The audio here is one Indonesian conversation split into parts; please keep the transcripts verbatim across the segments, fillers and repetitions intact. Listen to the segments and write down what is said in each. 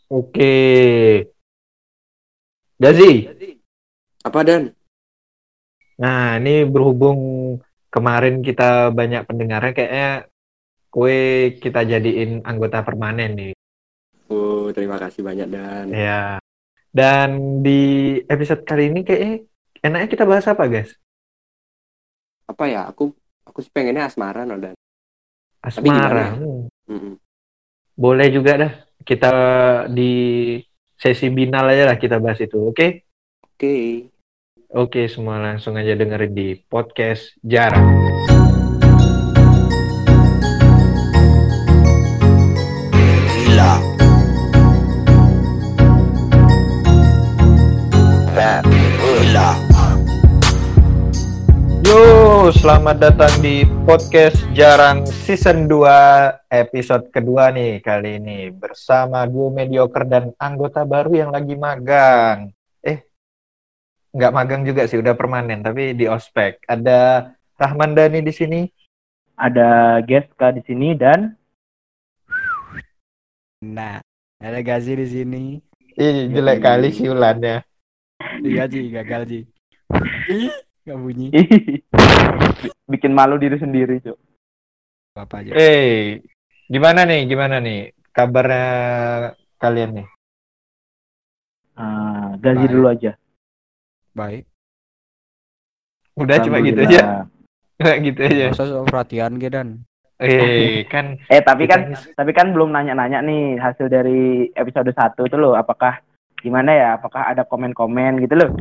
Oke. Gazi. Apa Dan? Nah, ini berhubung kemarin kita banyak pendengarnya, kayaknya kue kita jadiin anggota permanen nih. Oh, terima kasih banyak Dan. Ya. Dan di episode kali ini kayaknya enaknya kita bahas apa, guys? Apa ya? Aku aku sih pengennya asmara no Dan. Tapi gimana Asmara. ya? Hmm. Mm-mm. Boleh juga dah. Kita di sesi binal aja lah kita bahas itu, oke? Oke. Oke, semua langsung aja dengerin di podcast Jarang. Gila. Rap. Gila. Yo, selamat datang di podcast Jarang season dua episode kedua nih kali ini bersama duo mediocre dan anggota baru yang lagi magang. Eh, nggak magang juga sih, udah permanen tapi di ospek. Ada Rahman Dhani di sini. Ada Geska di sini dan Nah, ada Gazi di sini. Ih, jelek kali siulannya. Iya Ji, gagal Ji. Ih, nggak bunyi. bikin malu diri sendiri, Cuk. Apa aja? Eh, gimana nih? Gimana nih kabarnya kalian nih? Ah, Gazi Baik. dulu aja. Baik. Udah cuma gitu aja. Cuma gitu aja. Masa soal perhatian gitu Dan. Eh, kan Eh, tapi kan kita- tapi kan belum nanya-nanya nih hasil dari episode satu tuh loh, apakah gimana ya? Apakah ada komen-komen gitu loh?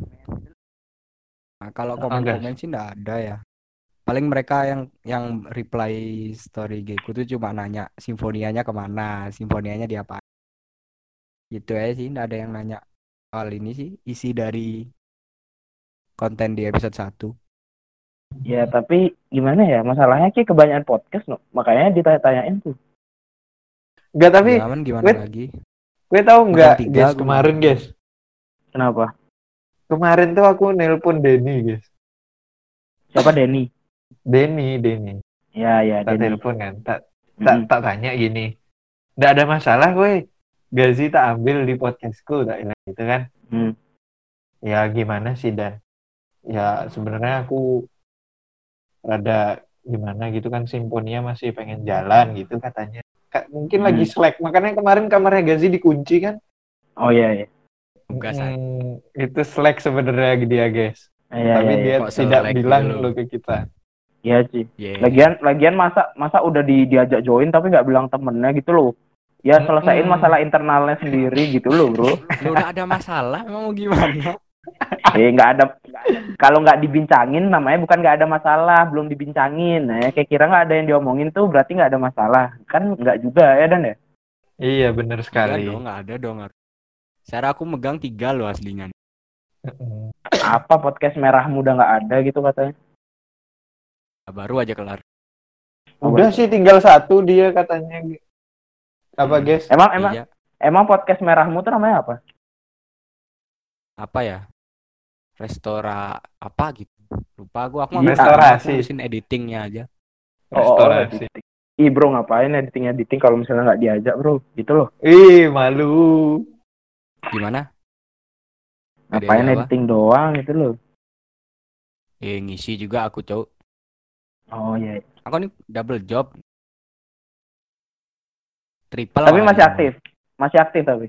Nah, kalau Oh, komen-komen sih nggak ada ya. Paling mereka yang yang reply story Geku tuh cuma nanya simfonianya kemana, simfonianya diapain. Gitu aja sih, nggak ada yang nanya soal ini sih, isi dari konten di episode satu. Ya, tapi gimana ya? Masalahnya kayak kebanyakan podcast loh. Makanya ditanya-tanyain tuh. Enggak, tapi Zaman gimana wait. lagi? gue tahu nggak, tiga, guys, gue kemarin, bilang. guys. Kenapa? Kemarin tuh aku nelpon Denny, guys. Siapa Denny? Denny, Denny. Ya, ya, Tak Denny. telepon kan, tak tak Mm-mm. tak tanya gini. Nggak ada masalah, gue. Gazi tak ambil di podcastku, tak bilang gitu kan. Hmm. Ya gimana sih, Dan? Ya sebenarnya aku rada gimana gitu kan, simfonia masih pengen jalan gitu katanya. Kak, mungkin Hmm. lagi slack, makanya kemarin kamarnya Gazi dikunci kan. Oh iya, iya. Tugas aja. Hmm, itu slack sebenarnya dia, guys. Iya, Tapi iya, iya. dia Kok tidak selek bilang gitu lo loh. ke kita. Iya sih. Yeah. Lagian lagian masa masa udah di, diajak join tapi nggak bilang temennya gitu loh. Ya selesaiin Mm-mm. masalah internalnya sendiri gitu loh, Bro. Lu udah ada masalah mau gimana? Eh nggak ada kalau nggak dibincangin namanya bukan nggak ada masalah, belum dibincangin. Nah, kayak kira nggak ada yang diomongin tuh berarti nggak ada masalah. Kan nggak juga ya Dan ya? Iya, benar Enggak sekali. dong, nggak ada dong. Secara aku megang tiga loh aslinya. Mm-mm. Apa podcast merahmu udah nggak ada gitu katanya? Baru aja kelar. Udah sih tinggal satu dia katanya. Apa, Hmm. guys? Emang emang Iya. emang podcast merahmu tuh namanya apa? Apa ya? Restora apa gitu. Lupa aku. Aku Iya, restorasi. aku ngurusin editingnya aja. Oh, oh, oh, Restorasi. editing. Ih bro ngapain editing editing kalau misalnya nggak diajak bro gitu loh. Ih, malu. Gimana? Nggak Ngapain diajak apa? editing doang gitu loh. Eh ngisi juga aku cowok. Oh iya. Aku nih double job. Triple. Tapi malah masih ini. aktif. Masih aktif tapi.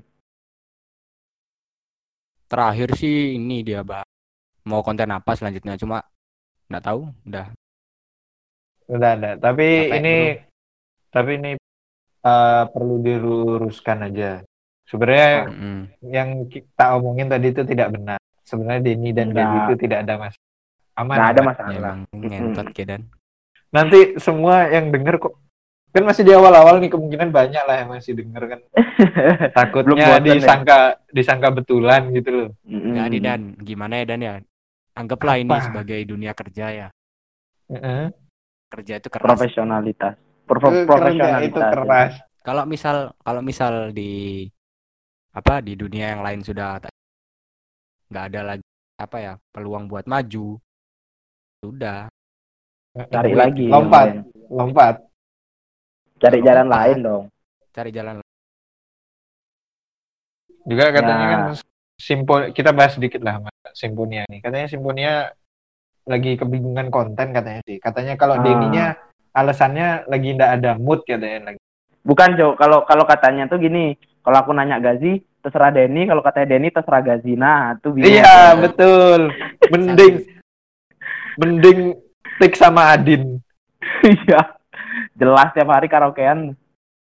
Terakhir sih ini dia bah. Mau konten apa selanjutnya cuma nggak tahu. Udah. Udah ada. Tapi Capek, ini tapi ini uh, perlu diluruskan aja. Sebenarnya Mm-mm. yang kita omongin tadi itu tidak benar. Sebenarnya Denny dan Enggak. Gazi itu tidak ada masalah. Aman. Nggak ada aman. Ya, masalah. emang ngentot Kedan. Nanti semua yang denger kok kan masih di awal-awal nih, kemungkinan banyak lah yang masih denger kan. Belum Takutnya bosen ya? disangka disangka betulan gitu loh. Nggak nih Dan. Gimana ya Dan ya? Anggaplah ini Apa? sebagai dunia kerja ya. Heeh. Kerja itu keras. Profesionalitas. Pro- Eh, Kerja profesionalitas. itu keras. Kalau misal kalau misal di apa di dunia yang lain sudah tak- nggak ada lagi apa ya peluang buat maju, sudah Cari Quit, lagi. yang Lompat. lain. Lompat. Cari jalan Lompat. lain dong. cari jalan Juga katanya Ya. kan Simpo kita bahas sedikit lah Mas Simfonia nih. Katanya Simfonia lagi kebingungan konten katanya sih. Katanya kalau Ah. Denny-nya alasannya lagi ndak ada mood katanya lagi. Bukan, Cok. Kalau kalau katanya tuh gini, kalau aku nanya Gazi, terserah Denny, kalau katanya Denny terserah Gazi. Nah, itu bingung. Iya, betul. Mending mending tik sama Adin. Iya. Jelas tiap hari karaokean.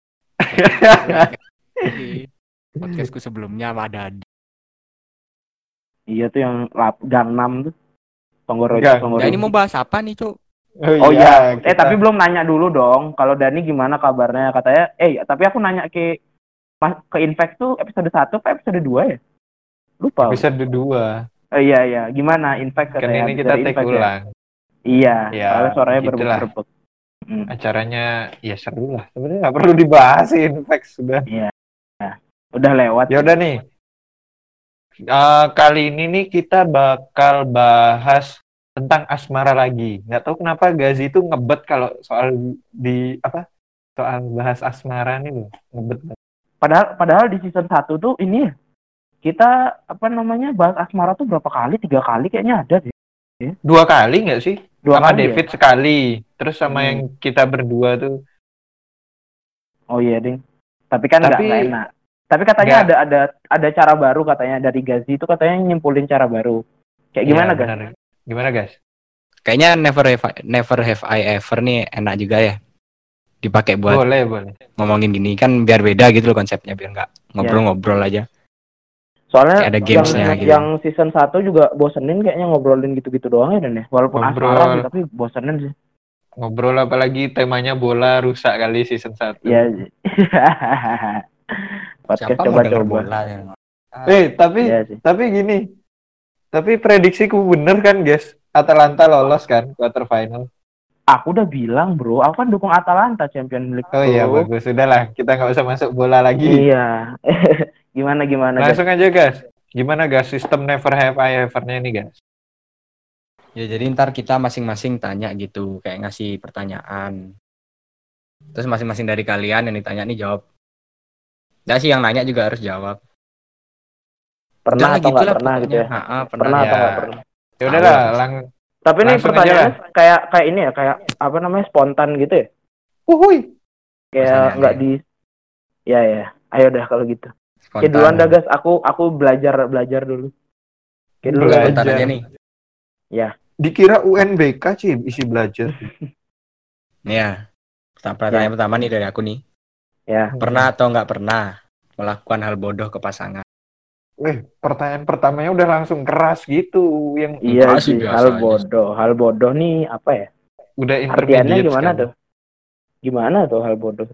Di podcastku sebelumnya ada. Iya tuh yang lap, Gangnam tuh. Tonggoro Gang- Tonggoro. Nah, ini mau bahas apa nih, Cuk? Oh iya, eh kita- tapi belum nanya dulu dong. Kalau Dani gimana kabarnya? Katanya, eh tapi aku nanya ke pas ke Infect tuh episode satu apa episode dua ya? Lupa. episode dua. Oh iya iya, gimana Infect Kan katanya? ini habis kita dari take Impact ya? ulang. Iya, Ya, soalnya suaranya gitulah. berebut-berebut. Hmm. Acaranya ya seru lah. Sebenarnya nggak perlu dibahas sih, in fact sudah. Iya. Nah, udah lewat. Ya udah nih. Eh, kali ini nih kita bakal bahas tentang asmara lagi. Nggak tahu kenapa Gazi itu ngebet kalau soal di apa? Soal bahas asmara nih loh, ngebet. Padahal padahal di season satu tuh ini ya, kita apa namanya bahas asmara tuh berapa kali? Tiga kali kayaknya ada deh. Dua kali nggak sih? Dua sama kali David sekali. Terus sama Hmm. yang kita berdua tuh. Oh iya, Ding. Tapi kan nggak Tapi- nggak enak. Tapi katanya Nggak. ada ada ada cara baru katanya dari Gazi itu katanya nyimpulin cara baru. Kayak gimana, Iya, guys? benar. Gimana, guys? Kayaknya never have I, never have I ever nih enak juga ya. Dipakai buat Boleh, boleh. ngomongin gini kan biar beda gitu loh konsepnya, biar nggak ngobrol-ngobrol aja. Soalnya Kayak ada yang, gamesnya gitu. yang season satu juga bosenin kayaknya ngobrolin gitu-gitu doang ya Dan ya. Walaupun Ngobrol. asmara sih, tapi bosenin sih. Ngobrol apalagi temanya bola rusak kali season satu. Iya. Podcast Siapa mau denger coba-coba. bola ya? Eh, tapi Iya sih. tapi gini. Tapi prediksiku bener kan, guys? Atalanta lolos kan quarter final. Aku udah bilang, Bro, aku kan dukung Atalanta Champions League. Oh iya, Bro. bagus. Sudahlah, kita nggak usah masuk bola lagi. Iya. gimana gimana guys? Langsung aja, guys. Gimana, guys? Sistem never have I ever-nya nih, guys. Ya jadi ntar kita masing-masing tanya gitu, kayak ngasih pertanyaan. Terus masing-masing dari kalian yang ditanya nih jawab. Nggak sih, yang nanya juga harus jawab. Pernah Udah atau gitu nggak lah pernah pokoknya. gitu ya? Ha, ha, pernah. Pernah ya. atau nggak pernah? Ya udahlah, Tahu. lang Tapi ini Langsung aja pertanyaannya kayak kayak ini ya, kayak apa namanya spontan gitu ya? Uhuy. Kayak Pertanyaannya. nggak di. Ya ya. Ayo dah kalau gitu. Spontan. Oke duluan dah guys, aku aku belajar belajar dulu. Oke dulu. Belajar. Spontan aja nih. Dikira U N B K, Cip, isi belajar. Nih ya. Pertanyaan pertanyaan pertama nih dari aku nih. Ya. Pernah atau nggak pernah melakukan hal bodoh ke pasangan? Weh, pertanyaan pertamanya udah langsung keras gitu, yang Iya Enggak sih, sih, biasa hal aja. bodoh. Hal bodoh nih apa ya? udah Artiannya intermediate gimana sekali. tuh? Gimana tuh hal bodoh?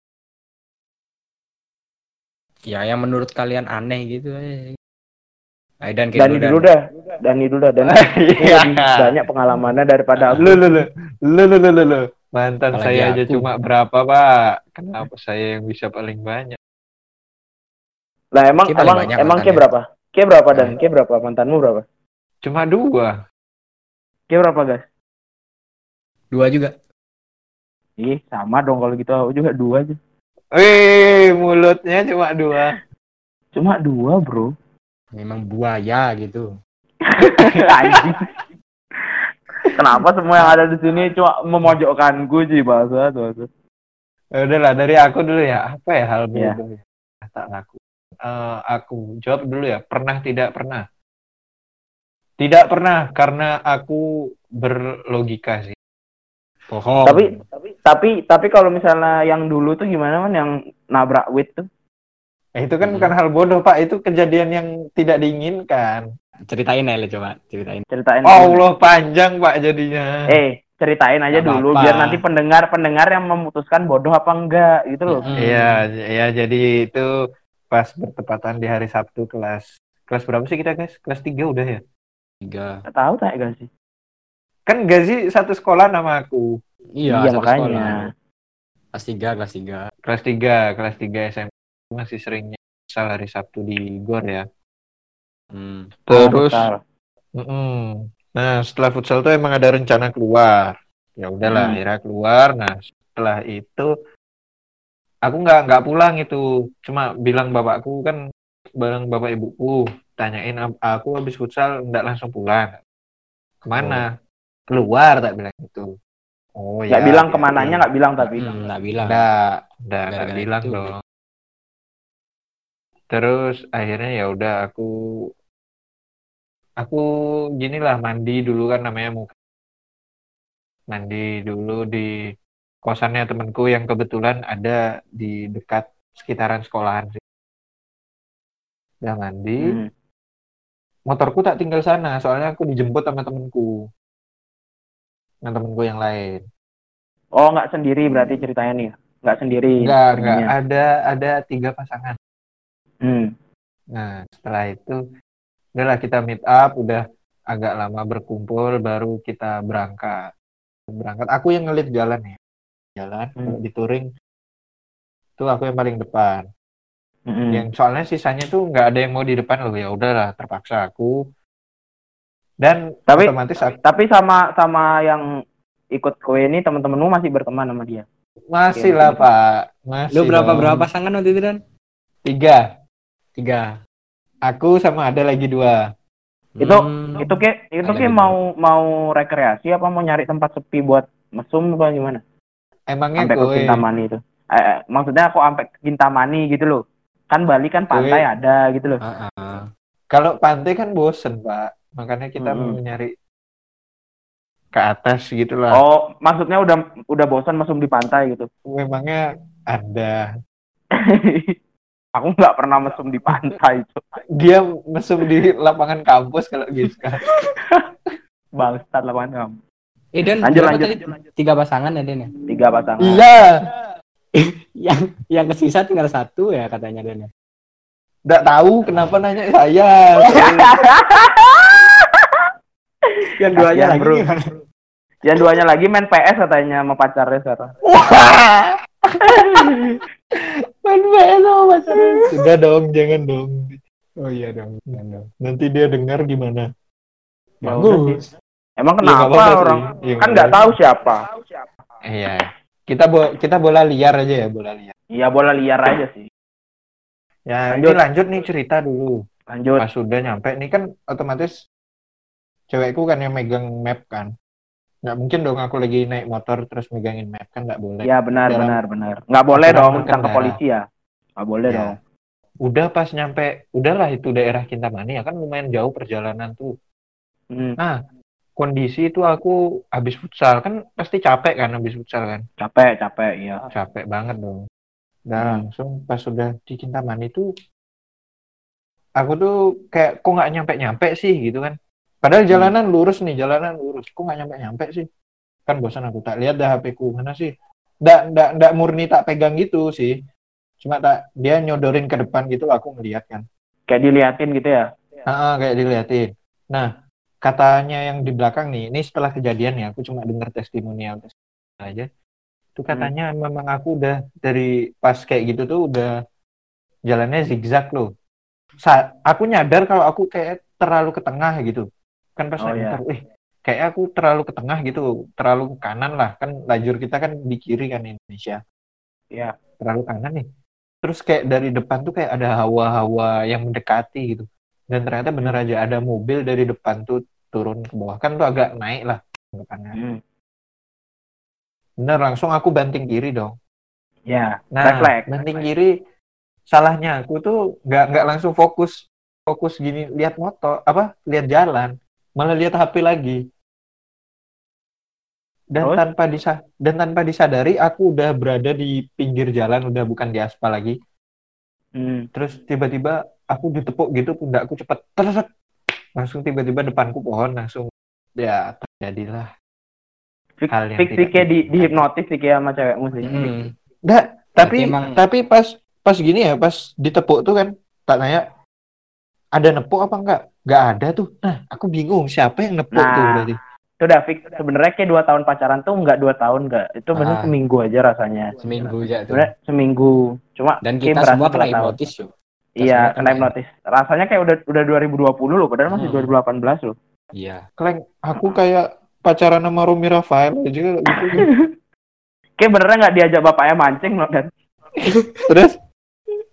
Ya yang menurut kalian aneh gitu. eh. Ayo dan kayak Dani dulu dah. Dani dulu dah. Dani ini Iya. lebih banyak pengalamannya daripada aku. Lu lu lu lu lu lu lu, lu. Mantan Apalagi saya aja aku. cuma berapa, Pak? Kenapa saya yang bisa paling banyak? Lah emang Ki paling emang banyak emang Ki mantannya. berapa? Ki berapa Dan? Ki berapa? Mantanmu berapa? Cuma dua. Ki berapa guys? Dua juga. Ih, sama dong kalau gitu. Aku juga dua aja. Wih, mulutnya cuma dua. Cuma dua, bro. Memang buaya gitu. Anjing. Kenapa semua yang ada di sini cuma memojokkanku sih bahasa tuh. Ya udahlah, dari aku dulu ya. Apa ya hal Iya. bodoh ya? Tak laku. Eh, aku jawab dulu ya. Pernah tidak pernah? Tidak pernah karena aku berlogika sih. Bohong. Tapi tapi tapi tapi kalau misalnya yang dulu tuh gimana man yang nabrak wit tuh? Eh, itu kan Hmm. bukan hal bodoh, Pak. Itu kejadian yang tidak diinginkan. Ceritain aja Le, coba ceritain. Ceritain. Allah, panjang, Pak, jadinya. Eh, ceritain aja Nggak dulu apa-apa. biar nanti pendengar-pendengar yang memutuskan bodoh apa enggak gitu loh. Mm. Iya, ya jadi itu pas bertepatan di hari Sabtu kelas kelas berapa sih kita, guys? Kelas tiga udah ya? Tiga. Nggak tahu tak gak sih? Kan Gazi satu sekolah nama aku. Iya, Iya, satu makanya. sekolah. Kelas tiga, kelas tiga. Kelas tiga, kelas tiga S M P masih seringnya misal hari Sabtu di Gor ya. Hmm. Terus Ah, mm-mm. Nah, setelah futsal tuh emang ada rencana keluar. Ya udahlah, Hmm. akhirnya keluar. Nah, setelah itu aku nggak nggak pulang itu. Cuma bilang bapakku kan bareng bapak ibuku, tanyain ap- aku habis futsal nggak langsung pulang. Kemana? Keluar tak bilang gitu. Oh Nggak ya, bilang hati-hati. kemananya, nggak bilang tapi. Hmm, nggak bilang. Nggak, nggak, nggak Gara-gara bilang itu. dong. Terus akhirnya ya udah aku aku gini lah mandi dulu kan namanya muka. Mandi dulu di kosannya temanku yang kebetulan ada di dekat sekitaran sekolahan sih. Udah mandi, Hmm. motorku tak tinggal sana, soalnya aku dijemput sama temanku, sama temanku yang lain. Oh, nggak sendiri berarti ceritanya nih. Nggak sendiri Enggak, enggak, perginya. ada ada tiga pasangan. Hmm. Nah, setelah itu udahlah kita meet up, udah agak lama berkumpul, baru kita berangkat. Berangkat, aku yang ngelit jalan ya. Jalan, Hmm. kalau di touring, itu aku yang paling depan. Hmm. Yang soalnya sisanya tuh nggak ada yang mau di depan loh, ya udahlah, terpaksa aku. Dan Tapi otomatis aku tapi sama sama yang ikut kue ini teman-temanmu masih berteman sama dia. masih Oke, lah masih Pak, masih Lu berapa dong. berapa pasangan waktu itu Dan? Tiga, Tiga. aku sama ada lagi dua. Itu Hmm. itu ke itu Ada ke beda. mau mau rekreasi apa mau nyari tempat sepi buat mesum apa gimana? Emangnya Sampai ke kowe, Kintamani itu. Eh, eh, maksudnya aku sampai ke Kintamani gitu loh. Kan Bali kan pantai Kowe- ada gitu loh. Ah, ah. kalau pantai kan bosen Pak, makanya kita Mm-mm. mau nyari ke atas gitu lah. Oh, maksudnya udah udah bosan mesum di pantai gitu. Memangnya ada. Aku nggak pernah mesum di pantai itu. Dia mesum di lapangan kampus kalau Giska. Bangsat lapangan kamu. Eh Dan, Lanjut, berapa lanjut. tadi? Tiga pasangan ya Dan ya? Tiga pasangan. Iya, Yang yang kesisa tinggal satu ya katanya Dan ya. nggak tahu kenapa nanya saya. Yang duanya Kasian, lagi bro. gimana? Yang duanya lagi main P S katanya sama pacarnya sekarang. Main P S sama pacarnya. Sudah dong, jangan dong. Oh iya dong. jangan dong. Nanti dia dengar gimana? Ya udah Bagus. sih. Emang Ya, nggak kenapa apa-apa sih. orang Ya, kan nggak tahu siapa? Iya. Kita bo kita bola liar aja ya, bola liar. Iya bola liar aja sih. Ya, Lanjut. ini lanjut nih cerita dulu. Lanjut. Pas sudah nyampe nih kan otomatis cewekku kan yang megang map kan. Nggak mungkin dong aku lagi naik motor terus megangin map, kan nggak boleh. Iya benar Dalam- benar benar. Nggak boleh aturan dong ditangkap berkendara. polisi ya. Nggak boleh Ya. dong. Udah pas nyampe, udahlah itu daerah Kintamani ya kan lumayan jauh perjalanan tuh. Hmm, Nah, kondisi itu aku habis futsal kan pasti capek kan habis futsal kan. capek capek iya. Capek banget dong. Nah, Hmm. langsung pas sudah di Kintamani tuh aku tuh kayak kok nggak nyampe-nyampe sih gitu kan. Padahal Hmm. jalanan lurus nih, jalanan lurus. Kok nggak nyampe-nyampe sih? Kan bosan aku tak lihat dah H P-ku mana sih. Nggak, nggak, nggak murni tak pegang gitu sih. Cuma tak dia nyodorin ke depan gitu aku ngeliat kan. Kayak diliatin gitu ya. Ah, kayak diliatin. Nah, katanya yang di belakang nih, ini setelah kejadian ya, aku cuma dengar testimonial testimonial aja. Itu katanya memang aku udah dari pas kayak gitu tuh udah jalannya zigzag loh. Sa- aku nyadar kalau aku kayak terlalu ke tengah gitu. Kan pas Oh, naik iya. motor, eh kayak aku terlalu ke tengah gitu, terlalu ke kanan lah. Kan lajur kita kan di kiri kan Indonesia. Iya. Terlalu kanan nih. Terus kayak dari depan tuh kayak ada hawa-hawa yang mendekati gitu. Dan ternyata bener aja ada mobil dari depan tuh turun ke bawah. Kan tuh agak naik lah depannya. Hmm. Bener, langsung aku banting kiri dong. Ya. Nah, Refleks. banting kiri, salahnya aku tuh nggak nggak langsung fokus fokus gini lihat motor apa lihat jalan, malah lihat H P lagi. Dan Terus? tanpa disa dan tanpa disadari aku udah berada di pinggir jalan, udah bukan di aspal lagi. Hmm. Terus tiba-tiba aku ditepuk gitu, pundakku cepet terus langsung tiba-tiba depanku pohon, langsung ya terjadilah Fix, hal yang fix tidak Vicky di diinginkan. dihipnotis Vicky sama cewekmu sih. Hmm. Nggak, tapi Berarti emang- tapi pas pas gini ya, pas ditepuk tuh kan tak nanya ada nepuk apa enggak? Nggak ada tuh. Nah, aku bingung siapa yang nepuk Nah. tuh berarti. Itu udah fix. Sebenarnya kayak dua tahun pacaran tuh nggak dua tahun nggak. Itu bener Ah. seminggu aja rasanya. Seminggu aja tuh. Sebenarnya seminggu. Cuma Dan kayak kita berasa semua dua kena tahun. hipnotis yuk. Kita Iya, semua kena kena hipnotis. Rasanya kayak udah udah dua ribu dua puluh loh, padahal masih Hmm. dua ribu delapan belas loh. Iya. Kleng, aku kayak pacaran sama Romi Rafael aja gitu. Kayak beneran nggak diajak bapaknya mancing loh dan Terus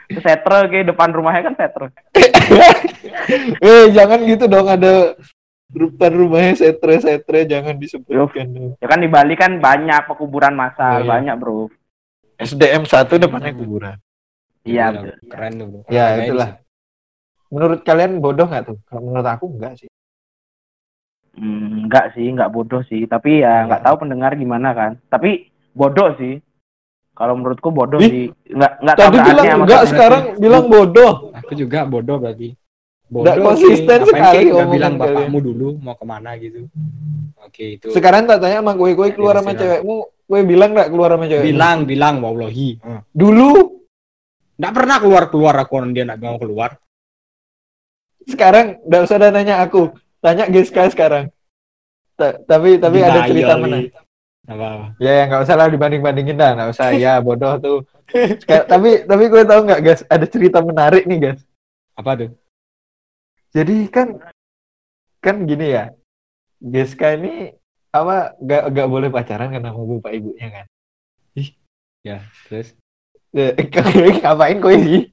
Itu setre ke depan rumahnya kan setre. Eh, jangan gitu dong, ada depan rumahnya setre-setre, jangan disebutkan dong. Ya kan di Bali kan banyak pekuburan massal, Iya, iya. banyak, Bro. S D M satu depannya kuburan. Iya, Gila, betul. keren tuh bro. Ya, Harganya itulah. di situ. Menurut kalian bodoh nggak tuh? Kalau menurut aku enggak sih. Hmm, enggak sih, enggak bodoh sih, tapi ya enggak Iya. tahu pendengar gimana kan. Tapi bodoh sih. Kalau menurutku bodoh Ih, sih. Enggak enggak tahu Tadi bilang saatnya enggak, maksudnya. sekarang bilang bodoh. Aku juga bodoh berarti. Nggak Bodoh, konsisten oke. Ngapain sekali Ki nggak omongan bilang kalian. bapakmu dulu mau kemana gitu. Oke itu. Sekarang tak tanya sama gue, gue keluar sama Terserah. cewekmu, gue bilang nggak keluar sama cewekmu? Bilang, bilang, wallahi. Hmm. Dulu, Nggak pernah keluar-keluar aku orang dia nggak mau keluar. sekarang nggak usah ada nanya aku, tanya Giska sekarang. Ta- tapi tapi ada cerita mana? Apa? Ya, ya nggak usah lah dibanding-bandingin dah, nggak usah. Ya bodoh tuh. Seka- tapi tapi gue tahu nggak guys, ada cerita menarik nih guys. Apa tuh? Jadi kan kan gini ya, Giska ini apa nggak nggak boleh pacaran karena sama bapak ibunya kan? Ya, terus. Eh, Ngapain kau ini?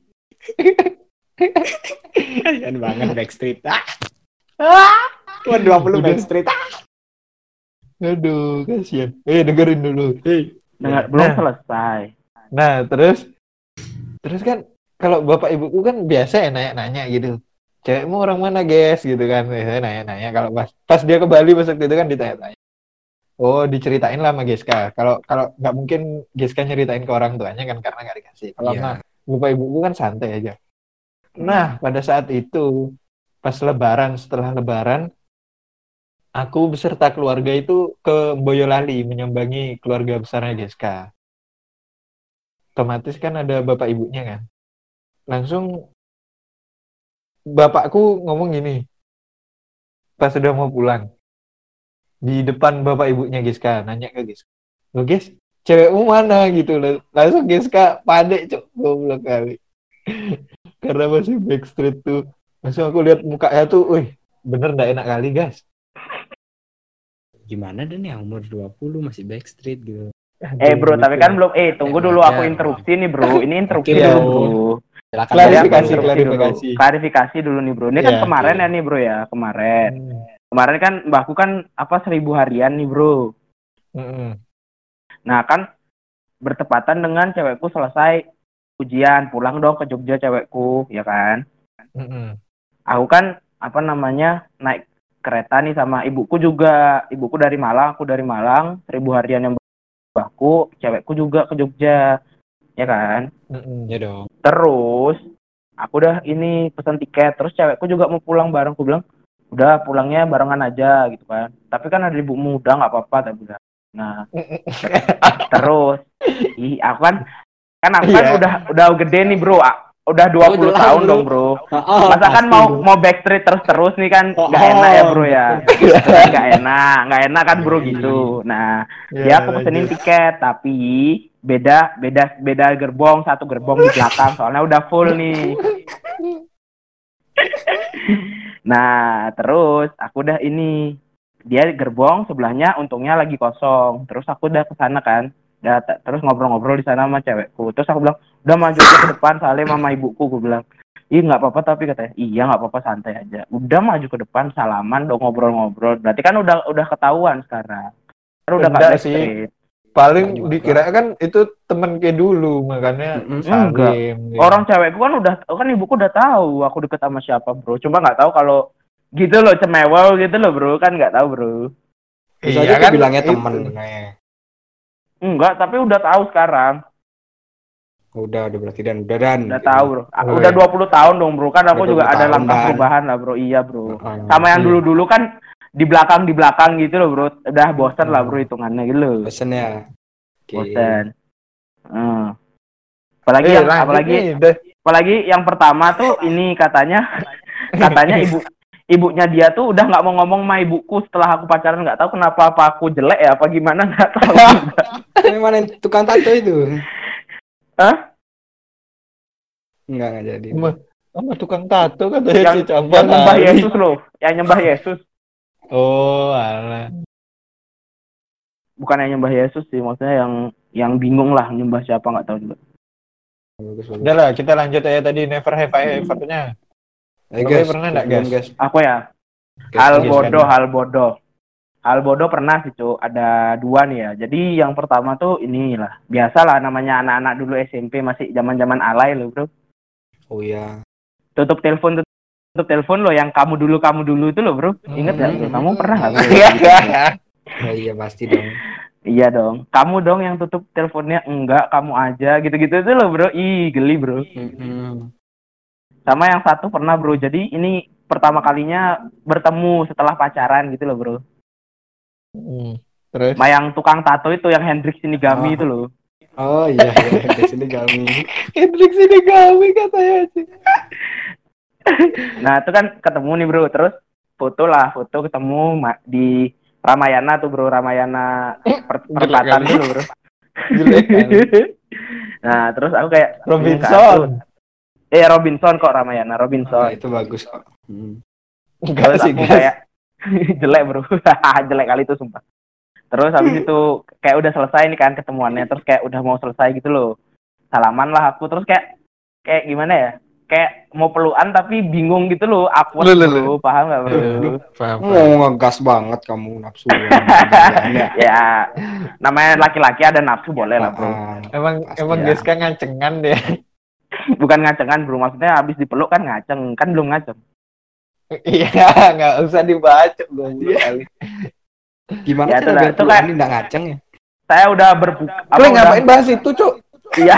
Kasian banget Backstreet. Ah. Cuma dua puluh Udah. Backstreet. Ah. Aduh, kasihan. Eh, dengerin dulu. Hey. Enggak, Nah. belum selesai. Nah, terus terus kan kalau bapak ibuku kan biasa ya nanya-nanya gitu. Cewekmu orang mana, guys? Gitu kan. Biasanya nanya-nanya. Kalau pas pas dia ke Bali pas waktu itu kan ditanya-tanya. Oh, diceritain lah sama Giska. Kalau kalau nggak mungkin Giska nyeritain ke orang tuanya kan karena nggak dikasih. Kalau Iya. sama bapak ibuku kan santai aja. Nah, pada saat itu pas Lebaran, setelah Lebaran, aku beserta keluarga itu ke Boyolali menyambangi keluarga besarnya Giska. Otomatis kan ada bapak ibunya kan. Langsung bapakku ngomong gini, pas sudah mau pulang, di depan bapak ibunya Giska, nanya ke Giska, lo Gis, cewekmu mana gitu. Langsung Giska padek, cok, goblok kali. Karena masih Backstreet tuh. Langsung aku lihat mukanya tuh, wih, bener nggak enak kali guys. Gimana dan ya umur dua puluh masih Backstreet gitu. Eh, Bro, tapi kan belum eh tunggu dulu aku Wajar. interupsi nih, Bro. Ini interupsi Oke, dulu, Bro. Bro. Silakan Jadi aku Klarifikasi, interupsi dulu. klarifikasi. Klarifikasi dulu nih, Bro. Ini kan Iya, kemarin oke. ya nih, Bro ya, kemarin. Hmm. Kemarin kan mbahku kan apa seribu harian nih, Bro. Mm-mm. Nah, kan bertepatan dengan cewekku selesai ujian, pulang dong ke Jogja cewekku, ya kan? Mm-mm. Aku kan apa namanya naik kereta nih sama ibuku juga. Ibuku dari Malang, aku dari Malang. Seribu harian yang mbahku, cewekku juga ke Jogja, ya kan? Mm-mm. Ya dong. Terus aku udah ini pesan tiket. Terus cewekku juga mau pulang bareng. Aku bilang udah pulangnya barengan aja gitu kan. Tapi kan ada ibumu, udah nggak apa-apa tapi bilang. Nah terus ih aku kan kan aku kan Iya. udah udah gede nih bro. A- udah dua puluh jelas, tahun bro. dong bro. Oh, Masa kan pasti, mau bro. mau backstreet terus terus nih kan Oh, nggak enak ya bro oh, ya. betul. Nggak enak nggak enak kan bro Iya. gitu. Nah Ya, dia aku pesenin lanjut. tiket tapi beda beda beda gerbong, satu gerbong di belakang soalnya udah full nih. Nah terus aku udah ini dia gerbong sebelahnya untungnya lagi kosong. Terus aku udah ke sana kan. Udah, t- terus ngobrol-ngobrol di sana sama cewekku. Terus aku bilang udah maju aja ke depan soalnya mama ibuku. Gue bilang ih nggak apa-apa tapi katanya iya nggak apa-apa santai aja. Udah maju ke depan salaman dong ngobrol-ngobrol. Berarti kan udah udah ketahuan sekarang. Kan udah nggak Enggak sih. backstreet. Paling Nggak juga. dikira kan itu temen ke dulu, makanya Mm-mm. salim. gitu. Orang cewekku kan udah kan ibuku udah tahu aku deket sama siapa bro. Cuma nggak tahu kalau gitu loh cemewel gitu loh bro kan nggak tahu bro. Bisa Iya aja kan, bilangnya itu. temen. Nah, Enggak tapi udah tahu sekarang. udah, udah berarti dan udah dan. Udah gitu. tahu bro. Ah, Oh, udah iya. dua puluh tahun dong bro. Kan aku Udah juga dua puluh ada tahun, langkah Dan. perubahan lah bro. Iya bro. Heeh. Sama yang Iya. dulu-dulu kan di belakang di belakang gitu loh bro. Udah bosan lah bro hitungannya gitu loh. Bosen ya. Oke. Bosan. Hmm. Apalagi Eh, yang lanjut apalagi nih, udah. apalagi yang pertama tuh ini katanya katanya ibu ibunya dia tuh udah nggak mau ngomong sama ibuku setelah aku pacaran nggak tahu kenapa apa aku jelek ya apa gimana nggak tahu. Ini mana yang tukang tato itu? Hah? Enggak, enggak jadi. Sama, sama tukang tato katanya Yang si cabang yang nyembah kali. Yesus loh, yang nyembah Yesus. Oh, alah. Bukan yang nyembah Yesus sih, maksudnya yang yang bingung lah nyembah siapa nggak tahu juga. Bagus, bagus. Udah lah, kita lanjut aja tadi never have I ever-nya. Eh, Robi pernah nggak, belum, guys? Aku ya. Guys, Hal guys, bodoh, kan. hal bodoh. Hal bodoh pernah sih, Cuk. Ada dua nih ya. Jadi yang pertama tuh inilah. Biasalah namanya anak-anak dulu S M P masih zaman-zaman alay loh, Bro. Oh iya. Tutup telepon tutup telepon lo yang kamu dulu kamu dulu itu loh, Bro. Ingat nggak, Bro? Hmm. Kamu pernah nggak, Bro? Oh iya pasti dong. Iya dong. Kamu dong yang tutup teleponnya. Enggak, kamu aja. Gitu-gitu itu loh, Bro. Ih, geli, Bro. Mm-mm. Sama yang satu pernah, Bro. Jadi ini pertama kalinya bertemu setelah pacaran gitu loh, Bro. Hmm. Terus? Sama yang tukang tato itu, yang Hendrik Oh. Sinigami itu loh. Oh iya, iya. Di sini kami. Hendrik Sinigami katanya sih. Nah, itu kan ketemu nih, Bro. Terus foto lah, foto ketemu ma- di Ramayana tuh, Bro. Ramayana per- Jelek perempatan kali. dulu, Bro. Jelek kali. Nah, terus aku kayak Robinson. Eh, Robinson kok Ramayana, Oh, Robinson. itu bagus kok. Hmm. Enggak Terus sih, aku guys. kayak jelek, Bro. Jelek kali itu sumpah. Terus habis itu kayak udah selesai nih kan ketemuannya, terus kayak udah mau selesai gitu loh. Salaman lah aku, terus kayak kayak gimana ya? Kayak mau pelukan tapi bingung gitu loh, awkward, Loh, loh, Bro. Paham nggak, Bro? Paham, paham. Oh, ngegas banget kamu nafsu. Ya, namanya laki-laki ada nafsu boleh lah, Bro. Emang Pasti emang ya. guys kan ngancengan deh. Bukan ngacengan, Bro. Maksudnya habis dipeluk kan ngaceng, kan belum ngaceng. Iya, nggak usah dibaca goblok kali. Gimana Ya, cara itu lah. biar Itu pelukan kayak- ini nggak ngaceng ya? Saya udah berbuka. Lu ngapain bahas itu, Cuk? Iya.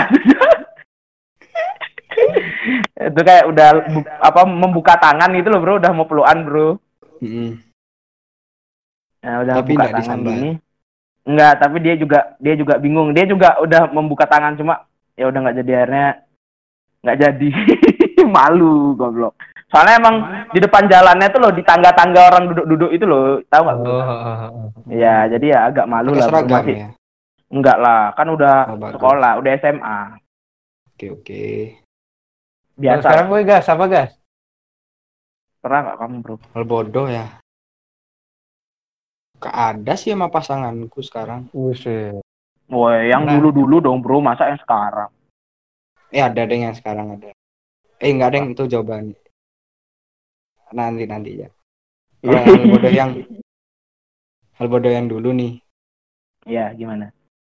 Itu kayak udah bu- apa membuka tangan gitu loh, Bro. Udah mau pelukan, Bro. Mm-mm. Nah, udah Tapi buka nggak tangan disambar. gini. Enggak, tapi dia juga dia juga bingung. Dia juga udah membuka tangan cuma ya udah nggak jadi, akhirnya nggak jadi. Malu goblok. Soalnya emang di depan jalannya tuh loh, di tangga-tangga orang duduk-duduk itu loh, tahu nggak, Bro? Oh, Iya, jadi ya agak malu Pakai lah, Bro. seragam Masih ya? enggak lah, kan udah Oh, bagus. sekolah, udah S M A. Oke, oke. Biasa. Biasa. Sekarang gue gas apa gas? Pernah nggak kamu, Bro? Hal bodoh ya. Gak ada sih sama pasanganku sekarang. Buset. Woi, yang Nah. dulu-dulu dong, Bro, masa yang sekarang? Eh ada deh yang sekarang ada. Eh nggak ada yang itu jawabannya. Nanti nanti ya. Kalau hal bodoh yang hal bodoh yang dulu nih. Iya, gimana?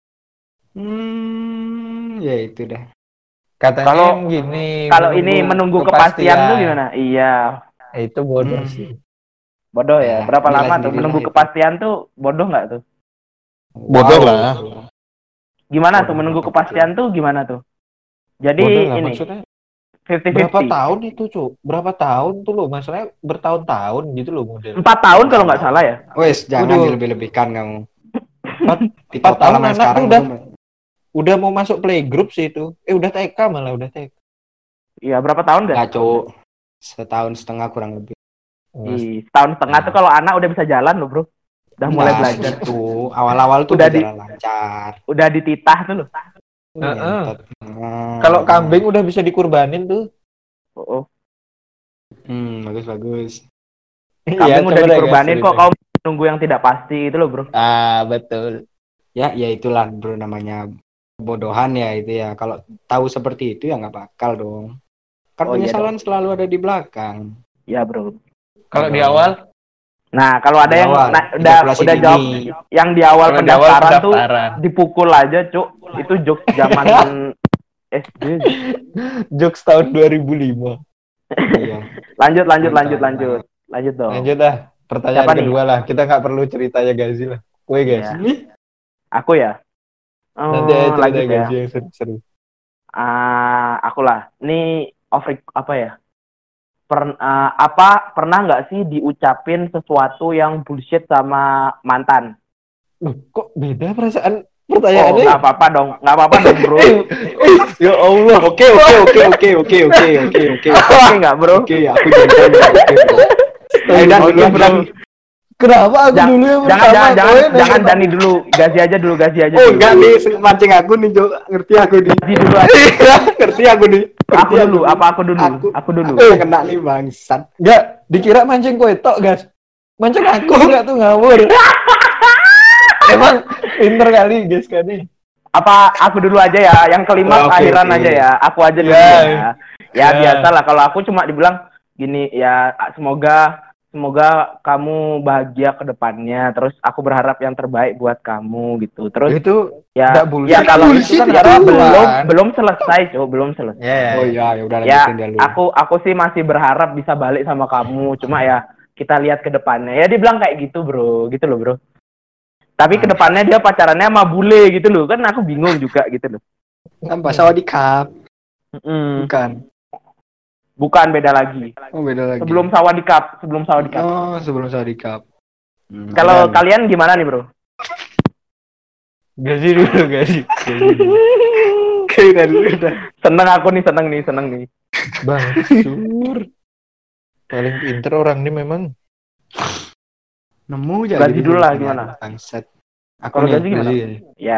Hmm, ya itu dah. Katanya Kalau- yang gini. Kalau ini menunggu kepastian tuh gimana? Iya, Eh, itu bodoh Hmm. sih. bodoh Ya, ya. Berapa nilai lama tuh sendirilah menunggu itu. kepastian tuh bodoh nggak tuh? Bodoh lah. Gimana Bodoh, tuh menunggu bodoh, kepastian tuh gimana tuh? Jadi Bodoh lah, ini maksudnya fifty berapa fifty. tahun itu, Cuk? Berapa tahun tuh lo? Masalahnya bertahun-tahun gitu loh model. Empat tahun kalau nggak salah ya. Wes jangan Waduh. dilebih-lebihkan kamu. Empat, Di empat total tahun sama anak sekarang tuh udah itu, udah mau masuk playgroup sih itu. Eh udah T K malah udah T K. Iya, berapa tahun dah? nggak cuk. Setahun setengah kurang lebih. Ih, setahun setengah Nah. tuh kalau anak udah bisa jalan loh, Bro. Udah mulai Nggak, belajar. Itu awal-awal tuh Udah berjalan lancar. Udah dititah tuh loh. Heeh. Ngentot. Hmm. Kalau kambing udah bisa dikurbanin tuh. Oh, oh. Hmm, bagus bagus. Kambing udah coba deh, dikorbanin guys, kok, cerita. kau nunggu yang tidak pasti itu loh, Bro. Ah, betul. Ya, ya itulah bro namanya kebodohan ya itu ya. Kalau tahu seperti itu ya nggak bakal dong. Kan Oh, iya penyesalan selalu ada di belakang. Ya, Bro. Kalau di Kalau- awal Nah, kalau ada Di yang awal, na- tiga udah belas udah ini. jawab yang di awal kalau di awal pendaftaran tuh pendaftaran. dipukul aja, Cuk. Itu jokes zaman S D. Jokes tahun dua ribu lima. Iya. Lanjut, lanjut, Mantap, lanjut, lanjut. Lanjut dong. Lanjut dah. Pertanyaan Siapa nih? kedua lah. Kita nggak perlu ceritanya Gazi lah. Woi guys. Iya. Aku ya. Oh, Nanti aja cerita lanjut ya. Gazi yang seru-seru. Ah, aku lah. Ini off rec- apa ya? Per, ah, apa pernah nggak sih diucapin sesuatu yang bullshit sama mantan? Loh, kok beda perasaan Oh, pertanyaannya? nggak apa-apa dong, nggak apa-apa dong, Bro. Ya Allah. Oke oke oke oke oke oke oke oke. Oke nggak, Bro? Oke, aku jangan oke bro. Ayo dan Oke, duluan Bro. dan. Kenapa aku Jangan- dulu yang Jangan, pertama? jangan, jangan, Kowe jangan nanya- Dani dulu. Gazi aja dulu, Gazi aja Oh dulu. enggak nih mancing aku nih Jo. Ngerti aku nih. Gazi dulu. Ngerti aku nih. Aku dulu, apa aku dulu? Aku, Aku dulu. Aku yang kena nih bangsat. Enggak, dikira mancing kowe tok, guys. Mancing aku enggak tuh ngawur. Emang pinter kali guys kan nih. Apa aku dulu aja ya, yang kelima Oh, oke, akhiran oke. aja ya. Aku aja dulu Ya. ya. Ya Ya. biasa lah kalau aku cuma dibilang gini ya, semoga semoga kamu bahagia ke depannya. Terus aku berharap yang terbaik buat kamu gitu. Terus Itu ya nggak bullshit. ya kalau Bullshit itu kan itu, karena belum kan? belum selesai, Cuk, belum selesai. Ya, ya, Oh ya. iya, ya udah Ya, lanjutin dulu. aku aku sih masih berharap bisa balik sama kamu. Cuma ya kita lihat ke depannya. Ya dia bilang kayak gitu, Bro. Gitu loh, Bro. Tapi ke depannya dia pacarannya sama bule gitu loh. Kan aku bingung juga gitu loh. Apa Sawadikap? Mm-mm. Bukan. Bukan, beda lagi. Oh, beda lagi. Sebelum Sawadikap, sebelum Sawadikap. Oh, sebelum Sawadikap. Hmm. Kalau Dan- kalian gimana nih, Bro? Gaji dulu, gaji. Gaji dulu. Kira dulu udah. Seneng aku nih, seneng nih, seneng nih. Bang, sur. Paling pinter orang ini memang. Nemu aja. Gaji gitu dulu lah, bullshit. gimana? Bangsat. Aku Kalau nih, gaji gimana? gaji. Ya.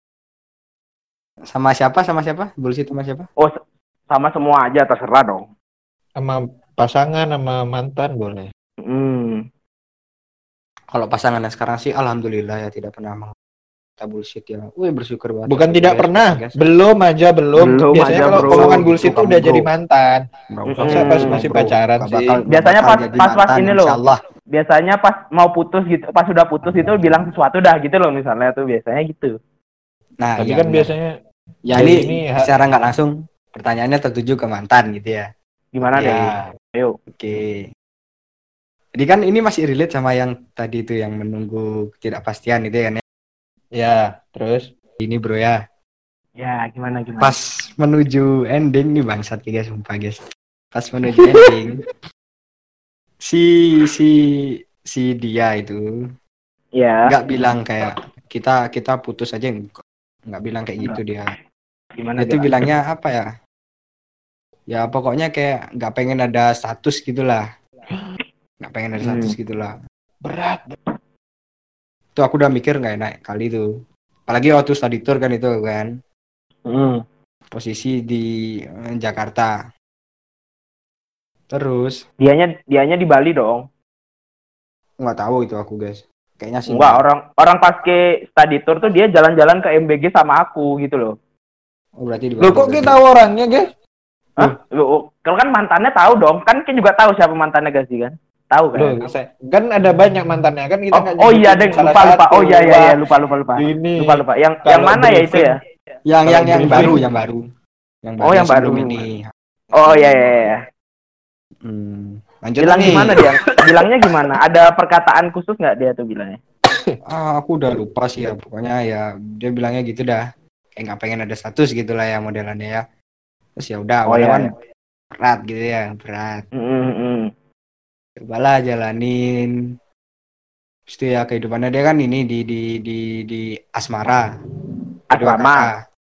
Sama siapa? Sama siapa? Bullshit sama siapa? Oh, se- sama semua aja terserah dong. Sama pasangan, sama mantan boleh. Hmm. Kalau pasangannya sekarang sih alhamdulillah ya tidak pernah mengata bullshit ya. Wih, bersyukur banget. Bukan Aku, tidak guys, pernah. guys. Belum aja, belum. Belum Biasanya aja, kalau bro. omongan bullshit Itu tuh udah kamu, jadi bro. mantan. Nggak Mm-mm. usah Masa pas masih bro. pacaran Nggak sih? bakal- nggak Biasanya bakal pas- jadi pas-pas mantan, ini loh. insyaallah. Biasanya pas mau putus gitu, pas sudah putus itu bilang sesuatu dah gitu loh misalnya tuh biasanya gitu. Nah, Tapi iya, kan benar. biasanya Ya jadi ini, ini ha- secara nggak langsung pertanyaannya tertuju ke mantan gitu ya. Gimana deh? ya, Ayo. Oke. Jadi kan ini masih relate sama yang tadi itu yang menunggu ketidakpastian itu ya kan ya. ya, terus Ini bro ya. Ya, gimana gimana? Pas menuju ending nih bangsat guys, sumpah guys. Pas menuju ending si si si dia itu Ya. nggak bilang kayak kita kita putus aja, nggak nggak bilang kayak gitu dia. Gimana Itu dia? bilangnya apa ya? Ya pokoknya kayak nggak pengen ada status gitulah. Nggak pengen ada status Hmm. gitulah. berat. Itu aku udah mikir nggak enak kali itu. Apalagi waktu study tour kan itu kan. Hmm. Posisi di eh, Jakarta. Terus Dianya dianya di Bali dong. nggak tahu itu aku guys. Kayaknya sih Enggak, orang orang pas ke study tour tuh dia jalan-jalan ke M B G sama aku gitu loh. Oh, berarti di Loh kok Bali. kita tahu orangnya, guys? Hah? Loh, kalau kan mantannya tahu dong. Kan kita juga tahu siapa mantannya gak sih kan? Tahu kan? Loh, saya, kan ada banyak mantannya kan kita Oh, nggak oh iya nyebutin deh, salah lupa lupa. satu. Oh iya iya Wah, iya, lupa lupa lupa. Ini Lupa lupa. Yang kalau yang mana ya itu briefing- ya? Yang yang yang Kalau baru, briefing- yang baru. Yang Oh, yang sebelum baru. ini. Oh iya iya iya. Hmm. Lanjut Bilang nih. gimana dia? Bilangnya gimana? Ada perkataan khusus nggak dia tuh bilangnya? Ah, aku udah lupa sih ya. Pokoknya ya dia bilangnya gitu dah. Kayak nggak pengen ada status gitulah ya modelannya ya. Terus ya udah, Oh, awalnya iya, kan iya. berat gitu ya, berat. Mm-mm. Cobalah jalanin. Terus itu ya kehidupannya dia kan ini di di di di asmara. Kedua Asrama. kakak.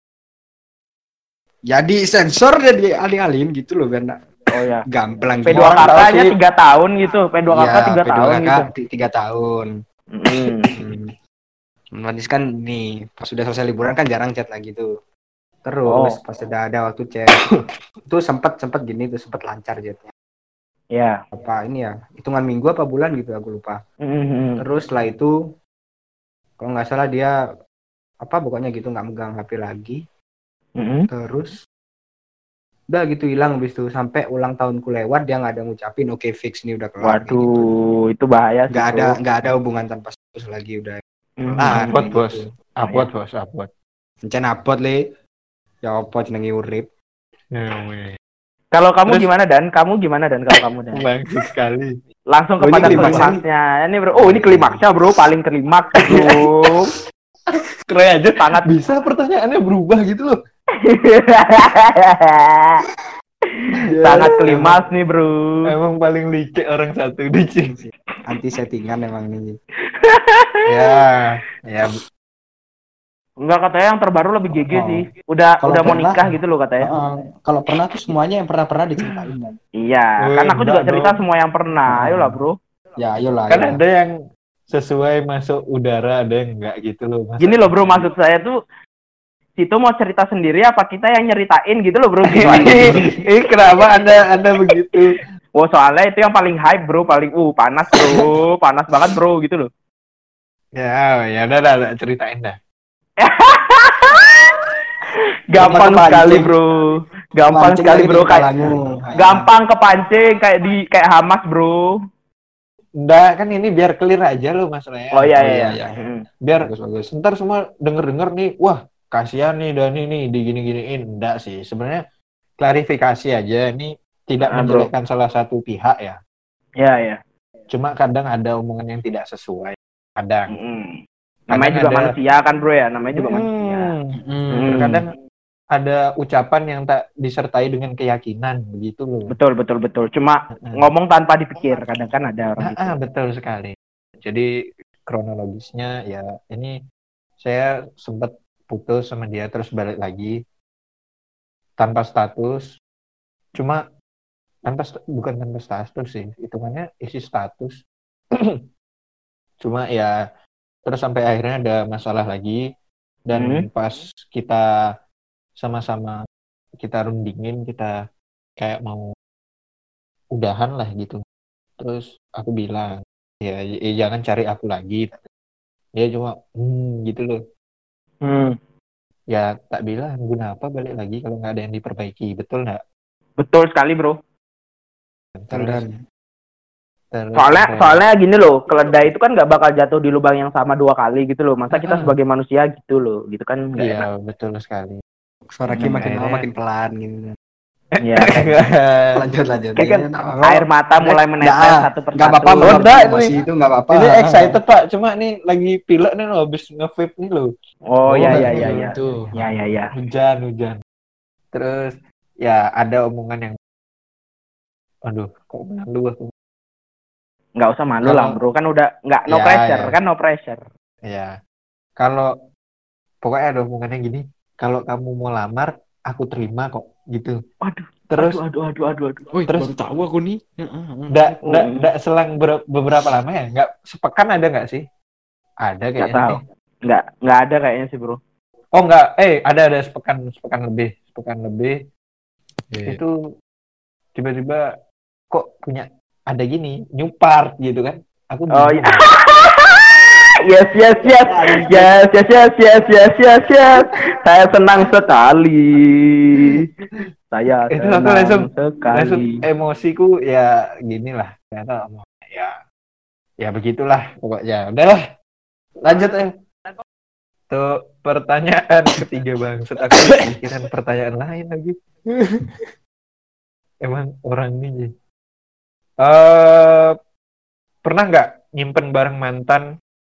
Jadi sensor dia dialih-alihin gitu loh biar nggak Oh ya. gamblang P gitu. dua Orang tahu kakaknya sih. tiga tahun gitu. P dua Iya, kakak tiga P dua tahun kakak gitu. ti- tiga tahun. Mm-mm. Hmm. Otomatis kan nih pas sudah selesai liburan kan jarang chat lagi tuh. Terus Oh. pas sudah ada waktu chat itu sempat sempat gini tuh sempat lancar chatnya. Ya. Apa ini ya hitungan minggu apa bulan gitu aku lupa. Mm-mm. Terus setelah itu kalau nggak salah dia apa pokoknya gitu nggak megang H P lagi. Mm-mm. Terus udah gitu hilang habis itu sampai ulang tahunku lewat dia nggak ada ngucapin oke fix nih udah kelar. kayak gitu. Waduh, itu bahaya sih. Nggak ada bro. nggak ada hubungan tanpa status lagi udah. Mm-mm. kelar, Upload, kayak bos. gitu. Upload, bos, upload. Encen upload le. Ya apa jenenge urip. Ya, weh. Kalau kamu Terus- gimana Dan? Kamu gimana Dan kalau kamu Dan? Bagus sekali. Langsung Oh, ini kepada klimaksnya klimaksnya. Ini bro. Oh ini klimaksnya bro, paling klimaks bro. Keren aja. Sangat Bisa pertanyaannya berubah gitu loh. sangat klimaks nih bro. Emang paling licik orang satu di sini. Anti settingan emang nih. Ya, ya. Enggak, katanya yang terbaru lebih G G Oh. sih. Udah Kalau udah mau pernah- nikah gitu loh katanya. Heeh. Kalau pernah tuh semuanya yang pernah pernah diceritain kan. Iya, Wih, kan aku juga enggak cerita dong. semua yang pernah. Oh. Ayolah bro. Ya ayolah. Kan ayolah. ada yang sesuai masuk udara, ada yang enggak gitu loh. Mas. Gini loh bro, maksud saya tuh Situ mau cerita sendiri apa kita yang nyeritain gitu loh bro. Gimana? Ini kenapa anda anda begitu? Oh soalnya itu yang paling hype bro, paling uh panas bro, panas banget bro gitu loh. Ya, ya udah, udah, udah, ceritain dah. Gampang Kepancing. sekali bro. Gampang Kepancing sekali lagi bro. di Kayak kepalamu. gampang kepancing kayak di kayak Hamas bro. Enggak, kan ini biar clear aja lo masalahnya. Oh iya Oh, iya. iya, iya. iya. Mm. Biar Bagus bagus. ntar semua denger-denger nih, wah kasihan nih Dani nih digini-giniin. Enggak sih, sebenarnya klarifikasi aja. Ini tidak Ah, bro. menjelekkan salah satu pihak ya. Iya iya. Cuma kadang ada omongan yang tidak sesuai. Kadang. Mm-mm. Namanya Kadang juga ada- manusia kan bro ya. Namanya juga Hmm, manusia. Hmm. Terkadang ada ucapan yang tak disertai dengan keyakinan begitu loh. Betul betul betul. Cuma Mm-mm. ngomong tanpa dipikir. Kadang kan ada orang Ah, gitu. ah, betul sekali. Jadi kronologisnya ya ini saya sempat putus sama dia terus balik lagi tanpa status. Cuma tanpa st- bukan tanpa status sih, hitungannya isi status. Cuma ya terus sampai akhirnya ada masalah lagi dan Hmm. pas kita sama-sama kita rundingin, kita kayak mau udahan lah gitu. Terus aku bilang, ya, ya jangan cari aku lagi. Dia cuma hmm gitu loh. Hmm. Ya tak bilang guna apa balik lagi kalau nggak ada yang diperbaiki, betul nggak? Betul sekali bro. Terus, Dan terus Soalnya sampai- soalnya gini loh, keledai itu kan nggak bakal jatuh di lubang yang sama dua kali gitu loh. Masa kita Mm-mm. sebagai manusia gitu loh, gitu kan nggak enak. iya betul sekali. suara Ki Hmm, makin lama akhirnya- makin pelan gitu. Iya. Lanjut lanjut. Kayak kan Iya, nggak apa-apa. air mata mulai menetes Nggak, satu persatu. nggak apa-apa Oh, mengerti enggak, emosi ini- itu nggak apa-apa. Ini excited pak, cuma nih lagi pilek nih loh, habis nge-vape nih loh. Oh iya Oh, iya iya iya. Itu. Iya iya iya. Hujan hujan. Terus ya ada omongan yang, aduh kok malu aku. Nggak usah malu Kalau- lah bro, kan udah nggak no Ya, pressure ya. kan no pressure. Ya kalau pokoknya ada omongannya gini, kalau kamu mau lamar aku terima kok gitu. Waduh. Terus Aduh aduh aduh aduh. Wih, Terus- baru tahu aku nih. Heeh. nggak nggak Mm. nggak selang ber- beberapa lama ya, nggak sepekan ada nggak sih? Ada Nggak kayaknya. tahu. nih. Nggak nggak ada kayaknya sih bro. Oh nggak, eh ada ada sepekan sepekan lebih, sepekan lebih Iya. itu tiba-tiba kok punya ada gini new part gitu kan? Aku Oh bingung. iya. Yes yes yes yes yes yes yes yes yes yes. Saya senang sekali. Saya Itu aku senang langsung- Langsung sekali. emosiku ya gini lah, ternyata ya ya begitulah pokoknya. Udahlah, lanjut ya. Tuh pertanyaan ketiga bang, aku pikiran pertanyaan lain lagi. Emang orang ini. Eh pernah nggak nyimpen barang mantan?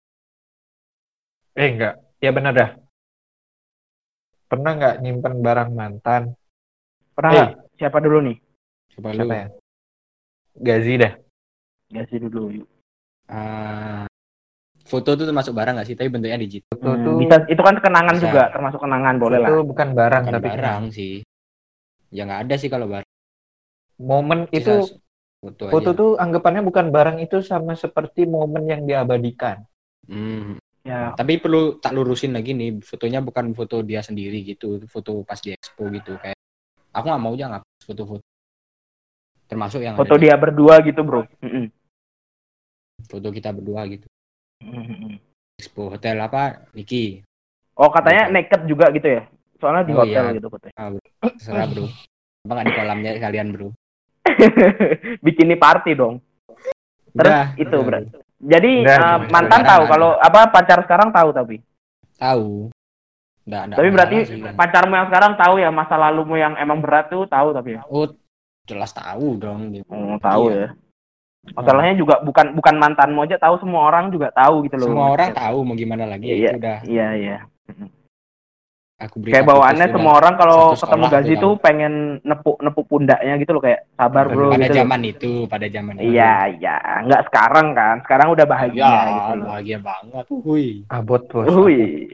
Eh enggak, ya benar dah. Pernah nggak nyimpen barang mantan? Pernah Eh. nggak? Siapa dulu nih? Coba lu. Siapa ya? Gazi dah. Gasi dulu. yuk. Ah, foto itu termasuk barang nggak sih? Tapi bentuknya digital. Foto Hmm, tuh, bisa itu kan kenangan Bisa. juga, termasuk kenangan boleh lah. itu bukan barang Bukan tapi barang sih. Ya nggak ada sih kalau barang. momen Sisa itu. foto, Foto aja. tuh anggapannya bukan barang, itu sama seperti momen yang diabadikan. Hmm. Ya, Tapi perlu tak lurusin lagi nih, fotonya bukan foto dia sendiri gitu, foto pas di expo gitu. Kayak aku nggak mau jangan foto-foto. Termasuk yang foto ada di dia berdua gitu bro. Mm-mm. foto kita berdua gitu. Mm-mm. Expo hotel apa? Niki. Oh katanya Gitu. naked juga gitu ya? Soalnya di Oh, hotel iya. gitu katanya. Ah, bro. Terserah bro. Apa nggak di kolamnya kalian bro? Bikini party dong. Terus Udah, itu udah, berarti. bro. Jadi Udah, eh, cuma mantan sekarang tahu ada. kalau apa pacar sekarang tahu tapi. Tahu. Nggak, nggak Tapi berarti masalah sih, kan. pacarmu yang sekarang tahu ya masa lalumu yang emang berat tuh tahu tapi ya. Oh, jelas tahu dong. Gitu. Oh, tahu Iya. ya. Masalahnya juga bukan bukan mantanmu aja tahu, semua orang juga tahu gitu loh. Semua orang tahu mau gimana lagi. Iya, Itu udah Iya iya. aku beri Kayak bawaannya semua orang kalau satu ketemu sekolah Gazi tuh tuh pengen nepuk nepuk pundaknya gitu loh, kayak sabar bro pada gitu loh. zaman itu, pada zaman itu. Iya iya, nggak sekarang kan. Sekarang udah bahagia Ya, gitu loh. bahagia banget. Hui. Abot bos. Wih.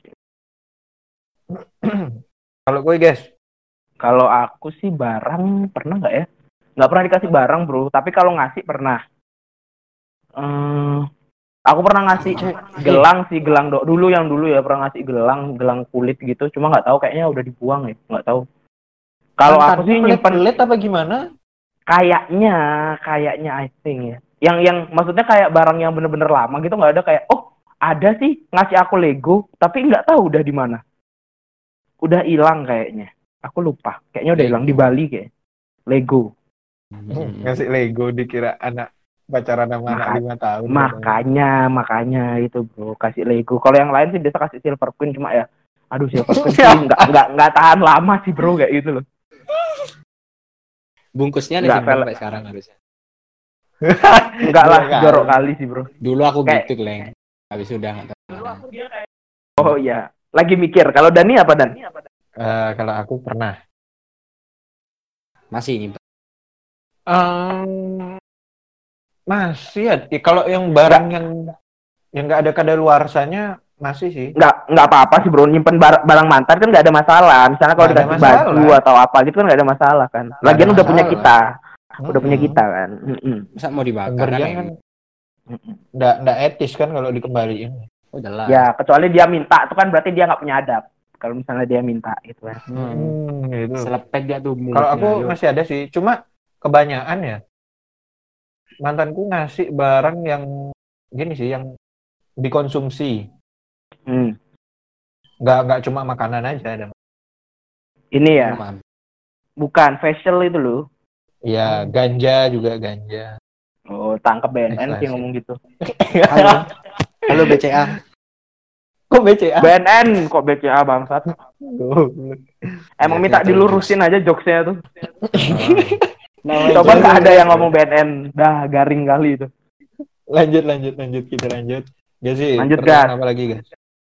Kalau gue guys, Kalau aku sih barang pernah nggak ya? Nggak pernah dikasih barang bro, tapi kalau ngasih pernah. Hmm, aku pernah ngasih gelang sih, gelang do dulu yang dulu ya pernah ngasih gelang, gelang kulit gitu. Cuma nggak tahu kayaknya udah dibuang ya, nggak tahu. Kalau aku sih nyimpen pelit apa gimana? kayaknya, kayaknya I think ya. Yang yang maksudnya kayak barang yang bener-bener lama gitu, nggak ada kayak oh ada sih ngasih aku Lego, tapi nggak tahu udah di mana. Udah hilang kayaknya. Aku lupa. Kayaknya udah hilang di Lego. Bali kayak. Lego. Hmm. Ngasih Lego dikira anak pacaran sama anak Maka- lima tahun. Makanya, makanya itu bro, kasih Lego. Kalau yang lain sih biasa kasih Silver Queen, cuma ya, aduh Silver Queen sih nggak nggak nggak tahan lama sih bro kayak gitu loh. Bungkusnya Nggak, disimpan Fel. sampai sekarang harusnya. Enggak lah, Dua kali. jorok kali sih bro. Dulu aku Kayak- gitu, Leng. Habis udah nggak tahu. Oh iya, lagi mikir. Kalau Dani apa Dan? Eh, kalau aku pernah. Masih nyimpen. Em, masih ya. Eh, Kalau yang barang yang yang nggak ada kadaluarsanya masih sih. Nggak nggak apa-apa sih bro, nyimpen bar- barang mantan kan nggak ada masalah. Misalnya kalau Nggak ada dikasih masalah. baju atau apa gitu kan nggak ada masalah kan. ada Lagian udah punya masalah. kita, udah punya Mm-mm. kita kan. Mm-mm. Masa mau dibakar kan? Pemberian ya? kan nggak nggak etis kan kalau dikembaliin. Oh, jelas. Ya kecuali dia minta, itu kan berarti dia nggak punya adab. Kalau misalnya dia minta gitu kan. Hmm. Hmm, gitu. Selepet dia tuh mulutnya. Kalau aku Yuk. masih ada sih, cuma kebanyakan ya mantanku ngasih barang yang gini sih, yang dikonsumsi, Hmm. nggak nggak cuma makanan aja ada. Ini ya, Minuman. bukan facial itu loh. Ya ganja juga ganja. Oh, tangkep B N N Ekstasi. sih ngomong gitu. Halo. Halo B C A. Kok B C A? B N N kok B C A bangsat. Emang Ya, minta kita dilurusin aja jokesnya tuh. Namanya Coba juga- nggak ada yang ngomong B N N, dah garing kali itu. Lanjut lanjut lanjut kita lanjut. Gak sih? Lanjut, pertanyaan Gas. apa lagi guys?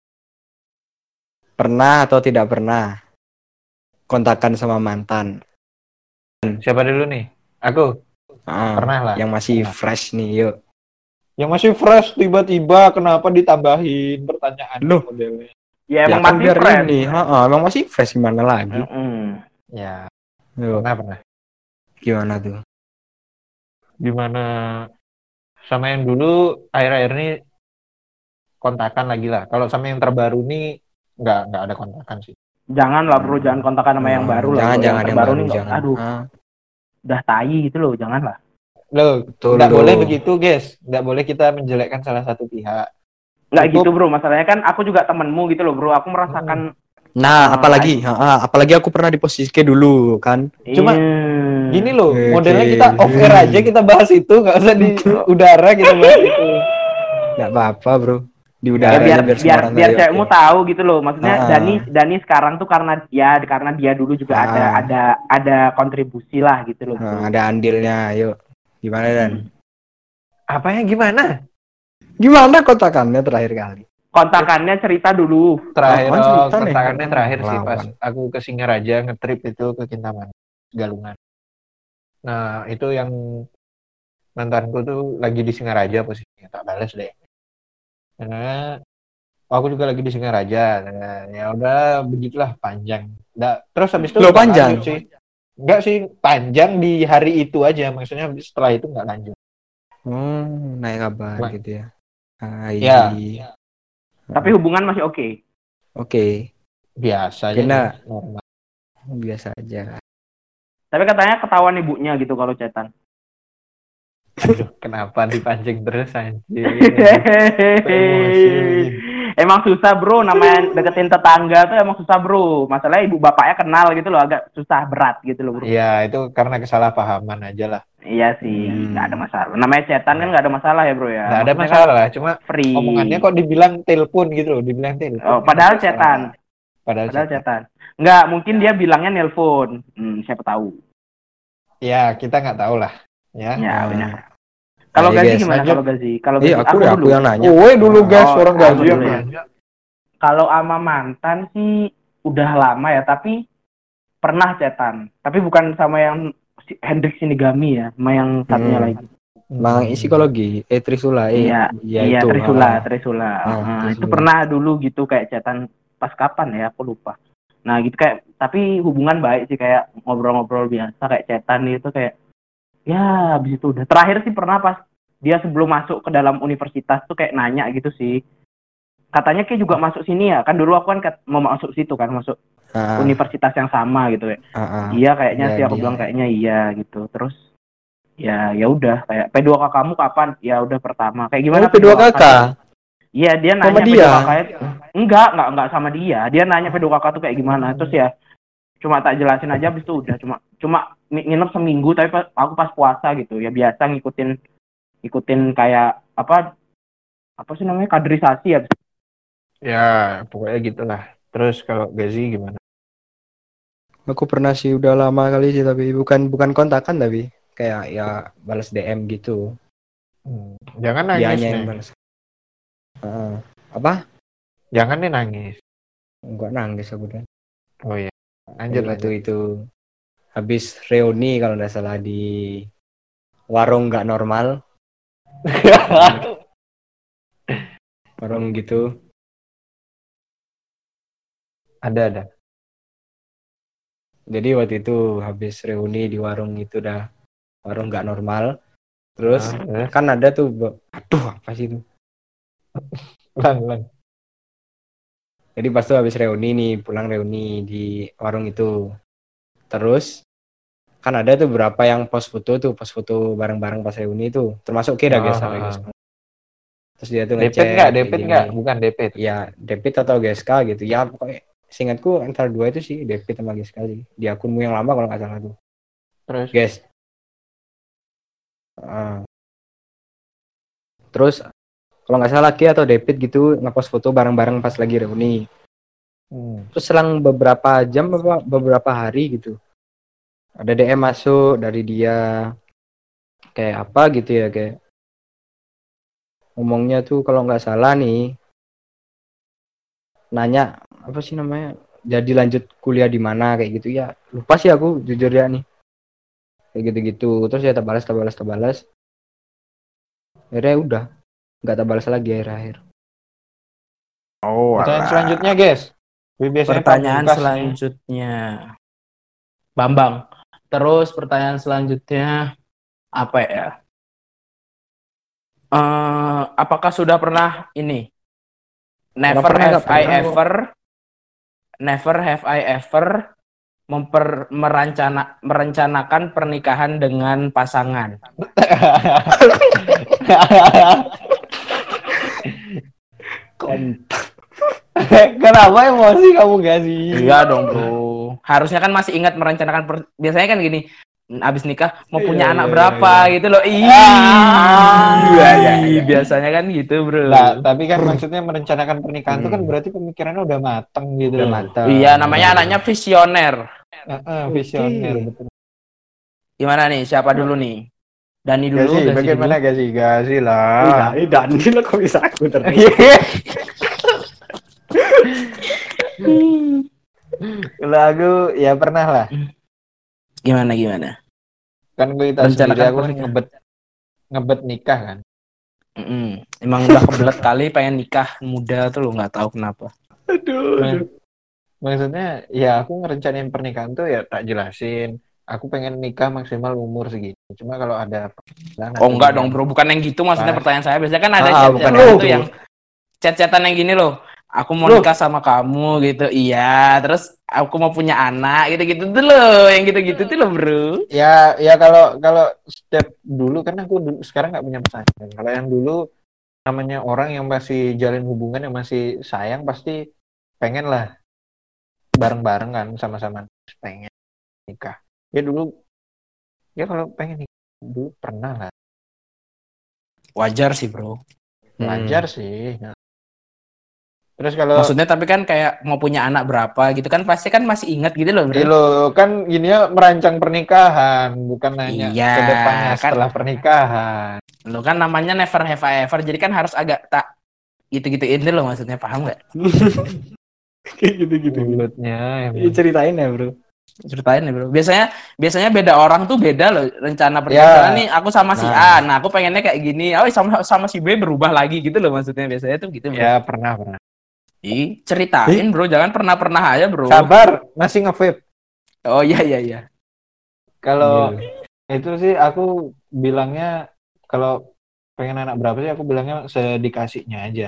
Pernah atau tidak pernah kontakan sama mantan? Siapa dulu nih? Aku. Ah, Pernah lah. Yang masih Pernah. fresh nih, yuk. Yang masih fresh tiba-tiba kenapa ditambahin pertanyaan Loh. modelnya? Ya emang kan masih biar friend. ini, ha-ha, emang masih fresh gimana lagi? Mm-mm. Ya Yuk, pernah pernah. gimana tuh? Dimana sama yang dulu akhir-akhir ini kontakan lagi lah. Kalau sama yang terbaru nih nggak nggak ada kontakan sih. Jangan lah bro, jangan kontakan sama yang Ah, baru lah. Jangan, bro. jangan yang terbaru baru, nih, nggak- jangan. aduh, Ah, udah tai gitu loh, jangan lah. Loh, betul nggak loh. boleh begitu guys. Nggak boleh kita menjelekkan salah satu pihak. Nggak Cukup. gitu bro, masalahnya kan aku juga temenmu gitu loh bro, aku merasakan. Nah, Ah, apalagi, ha-ha, apalagi aku pernah di posisi kayak dulu kan. Cuma Hmm. Gini loh, Oke. modelnya kita off air aja kita bahas itu, nggak usah di udara kita bahas itu. Nggak apa-apa bro, di Ya, udara biar aja biar semua biar orang biar tahu, cewekmu oke. tahu gitu loh, maksudnya Ah. Dani Dani sekarang tuh karena ya karena dia dulu juga Ah. ada ada ada kontribusi lah gitu loh. Nah, ada andilnya, yuk. Gimana Dan? Apanya gimana? Gimana kontakannya terakhir kali? Kontakannya cerita dulu. Terakhir, Oh, oh, cerita nih. kontakannya terakhir sih Lawan. pas aku ke Singaraja ngetrip itu ke Kintaman, Galungan. Nah itu yang mantanku tuh lagi di Singaraja posisinya, tak balas deh. Karena oh, aku juga lagi di Singaraja. Nah, ya udah begitulah panjang. Nggak, terus habis itu Loh, nggak panjang? lanjut sih. Enggak sih panjang di hari itu aja, maksudnya setelah itu nggak lanjut. Hmm, naik kabar Ma- gitu ya. Hai. Ya. Tapi hubungan masih oke. Oke, Biasa aja, Kena. sih, normal. biasa aja. Tapi katanya ketahuan ibunya gitu kalau chatan. Aduh, kenapa dipancing terus anjir? Emosi. Emang susah bro, namanya deketin tetangga tuh emang susah bro. Masalahnya ibu bapaknya kenal gitu loh, agak susah berat gitu loh bro. Iya, itu karena kesalahpahaman aja lah. Iya sih, Hmm. nggak ada masalah. Namanya chatan kan nggak ada masalah ya bro ya. Nggak ada Maksudnya masalah lah, cuma kan free. omongannya kok dibilang telepon gitu loh, dibilang telepon. Oh, padahal chatan. Padahal, Padahal chatan. chatan. Nggak, mungkin dia bilangnya nelpon. Hmm, siapa tahu. Ya, kita nggak tahu lah. Ya. Ya, Nah. benar. Kalau Ayo, Gazi guys, gimana? lanjut. Kalau Gazi? Kalau Iya, Gazi, aku, aku aku dulu. yang nanya. Woi dulu guys, Oh, orang aku gaji dulu yang ya. nanya. Kalau ama mantan sih udah lama ya, tapi pernah chatan. Tapi bukan sama yang si- Hendrik Sinigami ya, sama yang satunya Hmm. lagi. Mang psikologi, eh Trisula, eh, Iya, iya iya itu. Trisula, ah. Trisula. Ah, Nah, itu Trisula. pernah dulu gitu kayak chatan pas kapan ya, aku lupa. Nah, gitu kayak tapi hubungan baik sih, kayak ngobrol-ngobrol biasa kayak chatan gitu kayak ya habis itu udah. Terakhir sih pernah pas dia sebelum masuk ke dalam universitas tuh kayak nanya gitu sih. Katanya kayak juga masuk sini ya. Kan dulu aku kan kat- mau masuk situ kan, masuk Ah, universitas yang sama gitu kayak. ah, ah. Iya kayaknya Iya, sih aku dia. bilang kayaknya iya gitu. Terus ya ya udah kayak P dua K kamu kapan? Ya udah pertama. Kayak gimana Oh, P dua K K. Iya, dia nanya Sama P dua dia? K K. Enggak, enggak enggak sama dia. Dia nanya P dua K K tuh kayak gimana. Terus ya cuma tak jelasin aja habis itu udah cuma cuma nginep seminggu tapi pas, aku pas puasa gitu ya biasa ngikutin ngikutin kayak apa apa sih namanya kaderisasi ya. Ya, pokoknya gitulah. Terus kalau Gazi gimana? Aku pernah sih udah lama kali sih tapi bukan bukan kontakan tapi kayak ya balas D M gitu. Hmm, jangan nangis Dianya yang nih. balas. Uh, apa? Jangan nih nangis. Enggak nangis aku dan. Oh iya. Lanjut Jadi waktu lanjut. itu habis reuni kalau nggak salah di warung nggak normal. Warung gitu. Ada ada. Jadi waktu itu habis reuni di warung itu udah warung nggak normal. Terus Ah, kan ada tuh, be- aduh apa sih itu? Lang lang. Jadi pas tuh habis reuni nih, pulang reuni di warung itu. Terus kan ada tuh beberapa yang post foto tuh, post foto bareng-bareng pas reuni itu. Termasuk kira Ah, guys, ah, guys. ah. Terus dia tuh Depet ngechat nggak? kayak Depet gini. nggak? Bukan depet. Ya, Depit atau G S K gitu. Ya pokoknya seingatku antara dua itu sih, Depit sama G S K sih. Di akunmu yang lama kalau nggak salah tuh. Terus. Guys. Uh, terus kalau nggak salah Ki atau Depit gitu ngepost foto bareng-bareng pas lagi reuni. Hmm. Terus selang beberapa jam beberapa, beberapa hari gitu ada D M masuk dari dia kayak apa gitu ya, kayak ngomongnya tuh kalau nggak salah nih nanya apa sih namanya, jadi lanjut kuliah di mana kayak gitu ya, lupa sih aku jujur ya nih kayak gitu-gitu. Terus ya tak balas tak balas tak balas akhirnya udah nggak tak balas lagi akhir-akhir. Oh, Pertanyaan alah. selanjutnya, guys. Biasanya Pertanyaan pamungkas nih. selanjutnya, Bambang. Terus pertanyaan selanjutnya apa ya? Eh, apakah sudah pernah ini? Never pernah, have nggak I pernah. ever, never have I ever memper merencana merencanakan pernikahan dengan pasangan. Kontak. Kenapa emosi kamu Gazi? Iya dong bro. Harusnya kan masih ingat merencanakan per... biasanya kan gini, abis nikah mau punya Iya, anak iya, berapa iya. gitu loh. Ih, Ah, iya, iya, iya. biasanya kan gitu bro. Nah, tapi kan maksudnya merencanakan pernikahan itu kan Hmm. berarti pemikirannya udah mateng gitu. Udah loh. matang. Iya, namanya anaknya visioner. Heeh, visioner Oke. betul. Gimana nih? Siapa dulu nih? Dani dulu, Gazi, Gazi bagaimana dulu. Gazi? Gazi Ih, lah. Dani, Dani lo kok bisa aku terus. Kalau aku ya pernah lah. Gimana gimana? Kan gue tahu Rencanakan sendiri aku kan pernikahan. ngebet ngebet nikah kan. Mm-mm. Emang udah kebelet kali pengen nikah muda tuh lo nggak tahu kenapa. Aduh, Nah, aduh. maksudnya ya aku ngerencanain pernikahan tuh ya tak jelasin. Aku pengen nikah maksimal umur segitu. Cuma kalau ada panggilan Oh atau enggak gini dong yang bro, bukan yang gitu maksudnya pas. pertanyaan saya. Biasanya kan ada Ah, chat-chatan bukan gitu itu. yang chat-chatan yang gini loh. Aku mau Loh. nikah sama kamu gitu. Iya, terus aku mau punya anak gitu-gitu tuh loh. Yang gitu-gitu tuh loh bro. Ya, ya kalau kalau step dulu kan aku dulu, sekarang nggak punya pasangan. Kalau yang dulu namanya orang yang masih jalin hubungan yang masih sayang pasti pengen lah bareng-bareng kan sama-sama pengen nikah. Ya dulu ya kalau pengen nikah dulu pernah lah. Wajar sih bro. Wajar Hmm. sih. Nah. Terus kalau Maksudnya tapi kan kayak mau punya anak berapa gitu kan pasti kan masih ingat gitu loh bro. eh, lo kan gini ya merancang pernikahan, bukan nanya Iya, ke depannya kan. setelah pernikahan. Lo kan namanya never have I ever. Jadi kan harus agak tak gitu-gituin dulu loh maksudnya, paham nggak? Kayak gitu-gitu. Mulutnya Iya, emang. ceritain ya bro. Ceritain nih bro. Biasanya biasanya beda orang tuh beda loh rencana pernikahan. Ya. Nih aku sama si Nah. A, nah aku pengennya kayak gini. Oh sama sama si B berubah lagi gitu loh maksudnya. Biasanya tuh gitu bro. Ya pernah pernah. Ih, ceritain bro, jangan pernah-pernah aja bro. Sabar, masih nge-vape. Oh iya iya iya. Kalau Iya. itu sih aku bilangnya kalau pengen anak berapa sih aku bilangnya sedikasihnya aja.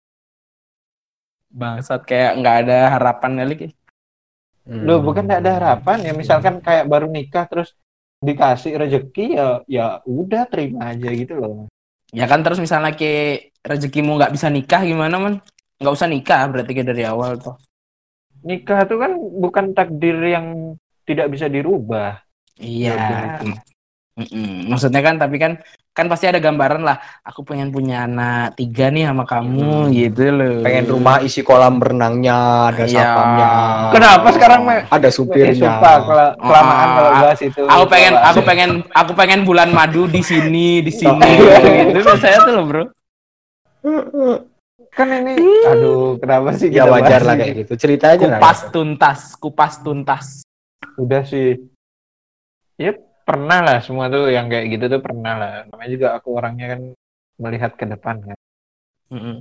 Bangsat kayak nggak ada harapan kali. Hmm. Loh, bukan nggak ada harapan ya, misalkan kayak baru nikah terus dikasih rezeki ya ya udah terima aja gitu loh. Ya kan terus misalnya kayak rezekimu nggak bisa nikah gimana man? Nggak usah nikah berarti kayak dari awal tuh. nikah itu kan bukan takdir yang tidak bisa dirubah. Iya. Definitif. Mm-mm. Maksudnya kan, tapi kan kan pasti ada gambaran lah. Aku pengen punya anak tiga nih sama kamu, Hmm. gitu loh. Pengen rumah isi kolam renangnya, ada Iya. sapamnya. Kenapa sekarang me- Ada Ini supirnya. sumpah kela- kelamaan Oh, kalau bahas itu. Aku pengen, Bapak. aku pengen, aku pengen bulan madu di sini, di sini. Gitu loh saya tuh loh, bro. Kan ini, aduh, kenapa sih Ya kita wajar bahas lah ini? kayak gitu. Cerita aja lah. Kupas tuntas, kupas tuntas. Udah sih. Ya pernah lah semua tuh yang kayak gitu tuh pernah lah. Namanya juga aku orangnya kan melihat ke depan kan. Mm-mm.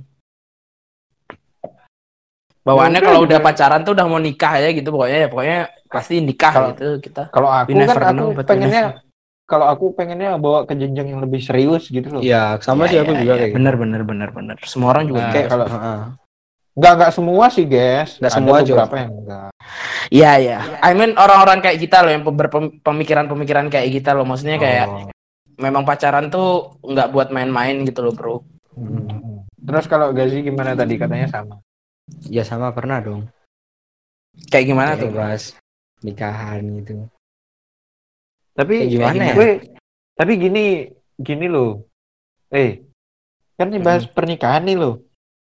Bawaannya Ya udah kalau gitu. udah pacaran tuh udah mau nikah ya gitu pokoknya ya pokoknya pasti nikah Kalau- gitu kita. Kalau aku We kan never aku know, but we pengennya never- kalau aku pengennya bawa ke jenjang yang lebih serius gitu loh. Iya, sama Iya, sih aku iya, juga iya. kayak gitu. Bener bener bener bener. Semua orang juga Nah, gitu. kalau Heeh. enggak enggak semua sih, guys. Nggak Ada semua juga. beberapa yang enggak. Iya iya. I mean orang-orang kayak kita loh yang berpemikiran-pemikiran kayak kita loh. Maksudnya kayak Oh. memang pacaran tuh nggak buat main-main gitu loh, bro. Hmm. Terus kalau Gazi gimana tadi katanya sama? Ya sama pernah dong. Kayak gimana Kayak tuh? ngebahas nikahan gitu. Tapi Kayak gimana ya? gue, tapi gini, gini loh. Eh, kan nih bahas pernikahan nih loh.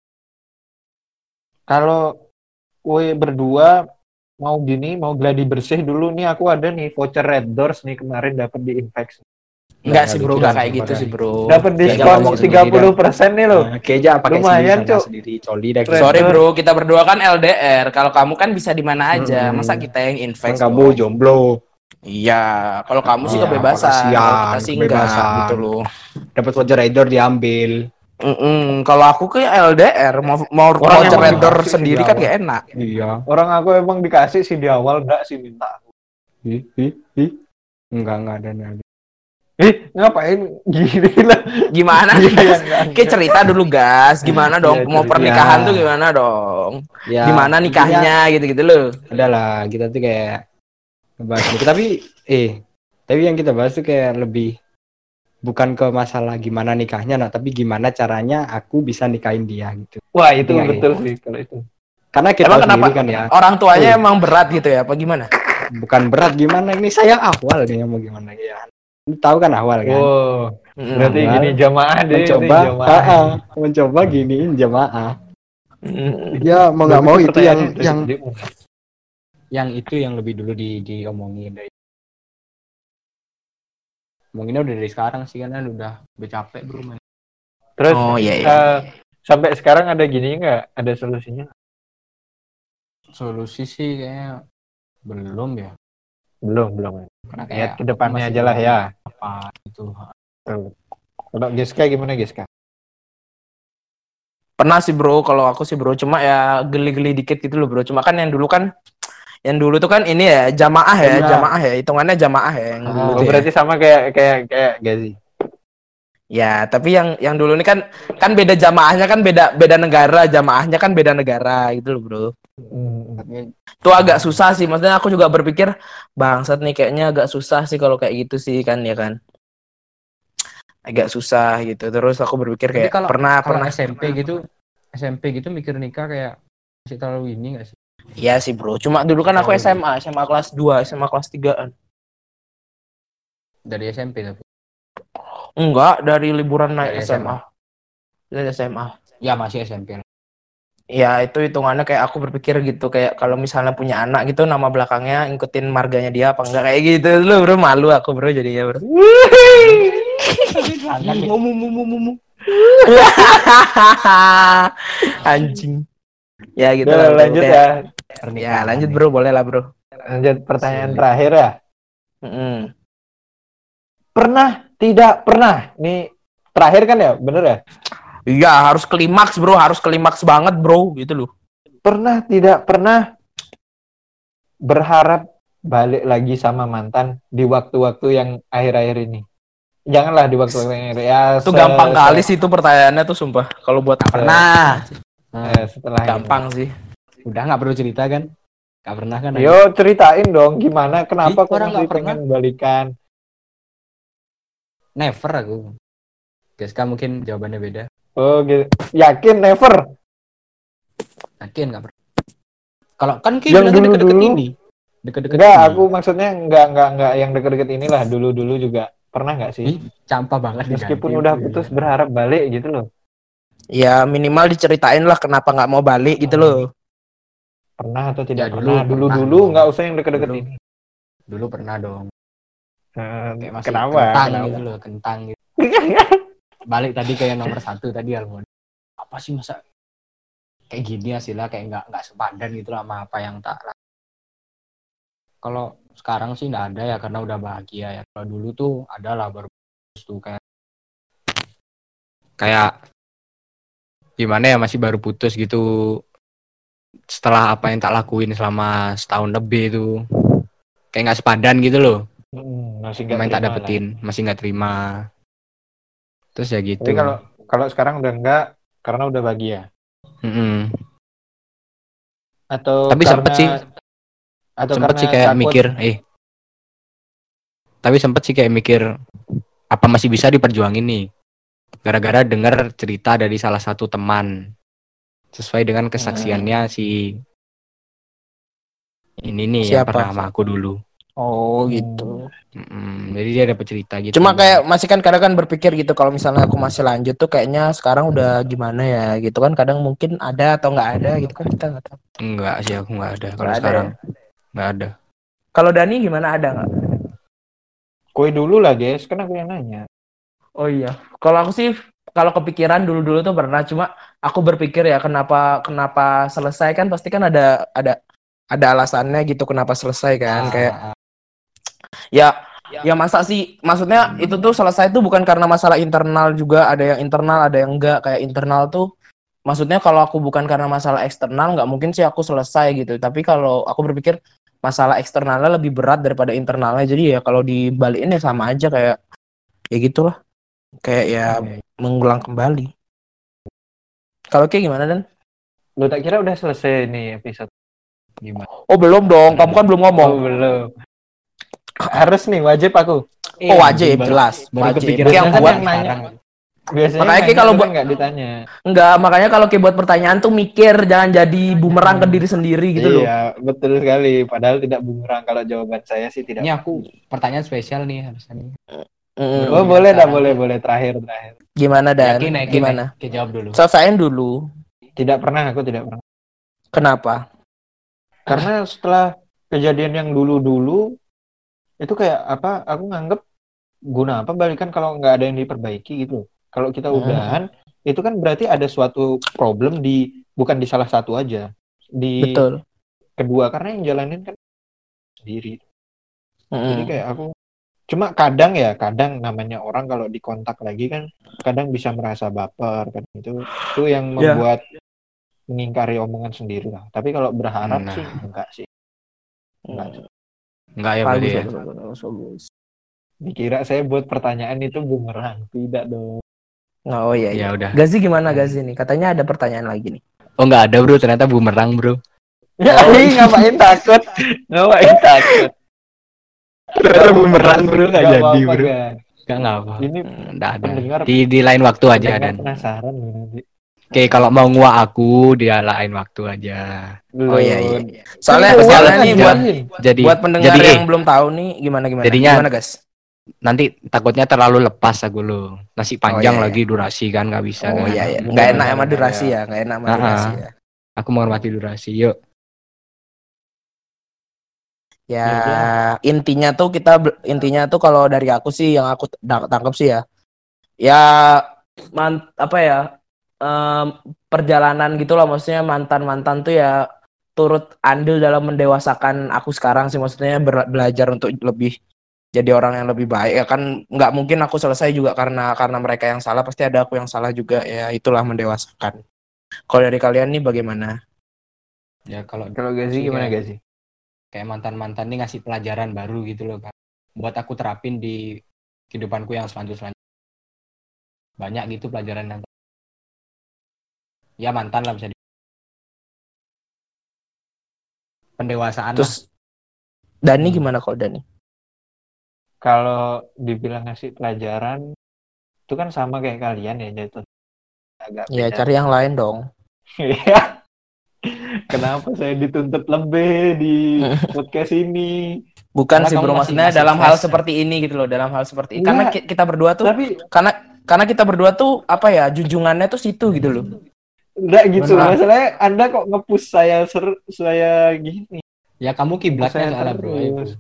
Kalau gue berdua mau gini, mau gladi bersih dulu nih, aku ada nih voucher Red Doors nih kemarin dapat di Infex. Enggak sih, bro, Nggak enggak kayak gitu gitu lah. sih, bro. Dapat Dia diskon ngomong sendiri tiga puluh persen nih loh. Nah, Keja pakai Lumayan, sendiri, Cok. sana sendiri, coli dah. Red Sorry, Doors. bro, kita berdua kan L D R. Kalau kamu kan bisa di mana aja. Hmm. Masa kita yang Kan invest? kamu bro? jomblo, Iya, kalau kamu sih Iya, kebebasan, kasihan, kalau kita sih enggak kebebasan. gitu loh. dapat voucher rider diambil. Mm-mm. Kalau aku ke L D R mau mau Orang voucher emang Red Door dikasih sendiri di kan awal. gak enak. Iya. Orang aku emang dikasih sih di awal, enggak sih minta. Ih, ih, ih. Enggak, enggak ada nih. Eh, ngapain gini lah? Gimana? Iya, Gas? enggak, Kayak cerita dulu, gas. Gimana dong? Iya, Mau cerita. pernikahan tuh gimana dong? Ya, Gimana nikahnya gitu-gitu loh. adalah kita tuh kayak ngebahas gitu. Tapi eh tapi yang kita bahas tuh kayak lebih bukan ke masalah gimana nikahnya, nah tapi gimana caranya aku bisa nikahin dia gitu. Wah, itu Iya, betul sih kalau itu. Karena kita Emang tahu kenapa sendiri kan ya, orang tuanya Eh. emang berat gitu ya? Apa gimana? bukan berat gimana ini saya awal nih mau gimana ya. Lu tahu kan awal kan. Wow, Mm-mm. berarti Awal, gini jamaah deh, mencoba, ini jamaah. ah, ah, mencoba giniin jamaah. Mm. Ya mau nggak Bagus mau sih itu yang pertanyaannya yang tadi. yang itu yang lebih dulu di diomongin dari ngomonginnya udah dari sekarang sih karena udah udah capek bro main. Terus Oh iya iya. eh, sampai sekarang ada gini nggak? Ada solusinya? Solusi sih kayaknya belum ya. Belum, belum. Karena Lihat ke aku depannya masih aja lah ya. apa gitu. Kalau Geska gimana Geska? Pernah sih bro, kalau aku sih bro, cuma ya geli-geli dikit gitu loh bro. Cuma kan yang dulu kan, yang dulu tuh kan ini ya jamaah ya, Benar. jamaah ya, hitungannya jamaah ya. Yang dulu Oh, tuh ya. berarti sama kayak kayak kayak Gazi. Ya, tapi yang yang dulu ini kan kan beda jamaahnya kan beda beda negara, jamaahnya kan beda negara gitu loh bro. Hmm. Itu agak susah sih, maksudnya aku juga berpikir bangsat nih kayaknya agak susah sih kalau kayak gitu sih kan ya kan. Agak susah gitu. Terus aku berpikir Tapi kayak kalau pernah kalau pernah S M P gitu S M P gitu mikir nikah kayak masih terlalu ini nggak sih? Iya sih bro, cuma dulu kan aku S M A, S M A kelas dua, S M A kelas tigaan. Dari S M P tapi. Enggak, dari liburan naik Dari S M A. Dari S M A. Ya masih S M P. Ya itu hitungannya kayak aku berpikir gitu, kayak kalau misalnya punya anak gitu nama belakangnya ngikutin marganya dia apa enggak kayak gitu lu bro, malu aku bro jadinya bro. Mumu mumu mumu. Anjing. Ya gitu Udah, lah, bro. lanjut Kayak- ya. Ya lanjut bro, boleh lah bro. Lanjut pertanyaan Sulit. terakhir ya. Mm-mm. Pernah tidak pernah? Nih terakhir kan ya, bener ya? Iya harus klimaks bro, harus klimaks banget bro, gitu loh. Pernah tidak pernah berharap balik lagi sama mantan di waktu-waktu yang akhir-akhir ini? Janganlah di waktu-waktu yang akhir ya. Itu se- gampang se- kali sih itu pertanyaannya tuh sumpah. Kalau buat pernah, eh, setelah ini. gampang sih. Udah nggak perlu cerita kan? Nggak pernah kan? Yo ceritain dong gimana, kenapa Ih, kok orang masih nggak pernah. pengen balikan? Never aku. Geska mungkin jawabannya beda. Oh gitu. Yakin never? Yakin nggak pernah. Kalau kan kayak Yang bilangnya deket-deket dulu-dulu. ini. Deket-deket Enggak, ini. aku maksudnya enggak enggak enggak yang deket-deket inilah, dulu-dulu juga pernah enggak sih? Ih, campur banget Meskipun diganti udah itu, putus ya. berharap balik gitu loh. Ya minimal diceritain lah kenapa nggak mau balik gitu loh. Pernah atau tidak Ya, dulu pernah? pernah Dulu-dulu dong. enggak usah yang deket-deket Dulu. ini. Dulu pernah dong. Eh, Kayak masih kenapa? kentang Kenapa? gitu loh, kentang gitu. Balik tadi ke yang nomor satu tadi Almond. Apa sih masa kayak gini hasilnya kayak nggak nggak sepadan gitu lah sama apa yang tak lakukan. Kalau sekarang sih nggak ada ya karena udah bahagia ya. Kalau dulu tuh ada lah baru putus tuh kayak kayak gimana ya masih baru putus gitu setelah apa yang tak lakuin selama setahun lebih itu kayak nggak sepadan gitu loh. Hmm, masih Apa enggak yang tak terima lah. dapetin masih nggak terima. Terus ya gitu. Tapi kalau kalau sekarang udah enggak karena udah bahagia. Mm-mm. Atau Tapi sempet karena sih atau sempet karena sih kayak takut mikir eh tapi sempet sih kayak mikir apa masih bisa diperjuangin nih gara-gara dengar cerita dari salah satu teman sesuai dengan kesaksiannya si ini nih yang Siapa? pernah sama aku dulu. Oh gitu. Mm-mm. Jadi dia dapat cerita gitu. Cuma kayak masih kan kadang kan berpikir gitu kalau misalnya aku masih lanjut tuh kayaknya sekarang udah gimana ya gitu kan kadang mungkin ada atau nggak ada gitu kan kita nggak tahu. Enggak sih aku nggak ada kalau Nggak ada sekarang ya? nggak ada. Kalau Dani gimana ada nggak? kue dulu lah guys, kan aku yang nanya. Oh iya. Kalau aku sih kalau kepikiran dulu-dulu tuh pernah cuma aku berpikir ya kenapa kenapa selesai kan pasti kan ada ada ada alasannya gitu kenapa selesai kan kayak Ah, ya ya masa sih maksudnya itu tuh selesai tuh bukan karena masalah internal juga ada yang internal ada yang enggak kayak internal tuh maksudnya kalau aku bukan karena masalah eksternal nggak mungkin sih aku selesai gitu tapi kalau aku berpikir masalah eksternalnya lebih berat daripada internalnya jadi ya kalau dibalikin ya sama aja kayak ya gitulah kayak ya mengulang kembali kalau kayak gimana Dan? Lu tak kira udah selesai nih episode. Gimana? Oh belum dong kamu kan belum ngomong. Oh, belum. Harus nih, wajib aku. Oh wajib baru- jelas baru wajib kepikiran yang Biasanya buat yang nanya. sekarang. Biasanya Makanya nanya, kayak kalau tapi buat- nggak ditanya. enggak makanya kalau kayak buat pertanyaan tuh mikir jangan jadi bumerang ke diri sendiri gitu loh. Iya, betul sekali. Padahal tidak bumerang kalau jawaban saya sih tidak. Ini aku pertanyaan spesial nih harusnya nih. Mm, Oh, Iya, boleh dah, sekarang. boleh, boleh. Terakhir, terakhir. Gimana Dan? Yakin, yakin, Gimana? Oke, jawab dulu. Selesaiin dulu. Tidak pernah, aku tidak pernah. Kenapa? Karena setelah kejadian yang dulu-dulu, itu kayak apa, aku nganggep guna apa balikan kalau nggak ada yang diperbaiki gitu. Kalau kita Hmm. udahan, itu kan berarti ada suatu problem di, bukan di salah satu aja. Di Betul. kedua, karena yang jalanin kan sendiri. Jadi Mm. kayak aku, cuma kadang ya, kadang namanya orang kalau dikontak lagi kan, kadang bisa merasa baper kan itu, itu yang Ya. membuat mengingkari omongan sendiri lah. Tapi kalau berharap Nah. sih enggak sih. Enggak. Mm. Enggak ya berarti Bagus, ya. bagus, bagus, bagus. Dikira saya buat pertanyaan itu bumerang, tidak dong. Oh iya, Ya iya. udah. Gazi gimana Gazi nih? Katanya ada pertanyaan lagi nih. Oh enggak ada bro, ternyata bumerang bro. Ya, ini ngapain takut? Ngapain takut? Ternyata bumerang bro, nggak Nggak jadi apa-apa, bro. kan? Enggak ngapa. Ini Enggak ada. pendengar Di di lain waktu aja pendengar dan. penasaran loh nanti. Oke, kalau mau nguak aku dia lain waktu aja. Oh iya, iya, Belum. iya. Soalnya Ini soalnya uang nih aja. buat Jadi buat pendengar jadi yang eh, belum tahu nih gimana gimana. Jadinya- Gimana guys? nanti takutnya terlalu lepas aku lo. Nasi panjang iya, iya. lagi durasi kan nggak bisa. Oh kan. iya iya. Benar, Enggak enak benar, sama benar, durasi ya. ya, enggak enak sama Ah, durasi ah. ya. Aku menghormati durasi. Yuk. Ya, Ya intinya tuh kita be- intinya tuh kalau dari aku sih yang aku tang- tangkap sih ya. Ya man, apa ya? em, perjalanan gitu lah maksudnya mantan-mantan tuh ya turut andil dalam mendewasakan aku sekarang sih maksudnya ber- belajar untuk lebih jadi orang yang lebih baik ya kan nggak mungkin aku selesai juga karena karena mereka yang salah pasti ada aku yang salah juga ya itulah mendewasakan. Kalau dari kalian nih bagaimana? Ya kalau Kalau Gazi sih gimana kayak- Gazi? kayak mantan-mantan ini ngasih pelajaran baru gitu loh kan. Buat aku terapin di kehidupanku yang selanjutnya. Banyak gitu pelajaran yang ya mantan lah bisa di pendewasaan lah. Terus Dani Hmm. gimana kalau Dani? Kalau dibilang ngasih pelajaran, itu kan sama kayak kalian ya, jatuh. Agak Ya beda. cari yang lain dong. Iya. Kenapa saya dituntut lebih di podcast ini? Bukan Karena sih kamu bro, masih- maksudnya masih dalam fresh, hal ya. seperti ini gitu loh, dalam hal seperti ini. Enggak. Karena ki- kita berdua tuh, Tapi karena karena kita berdua tuh apa ya, junjungannya tuh situ gitu loh. enggak gitu. Beneran. Masalahnya Anda kok nge-push saya ser saya gini. Ya kamu kiblatnya Saya soalnya bro. Ayo, bro. terus.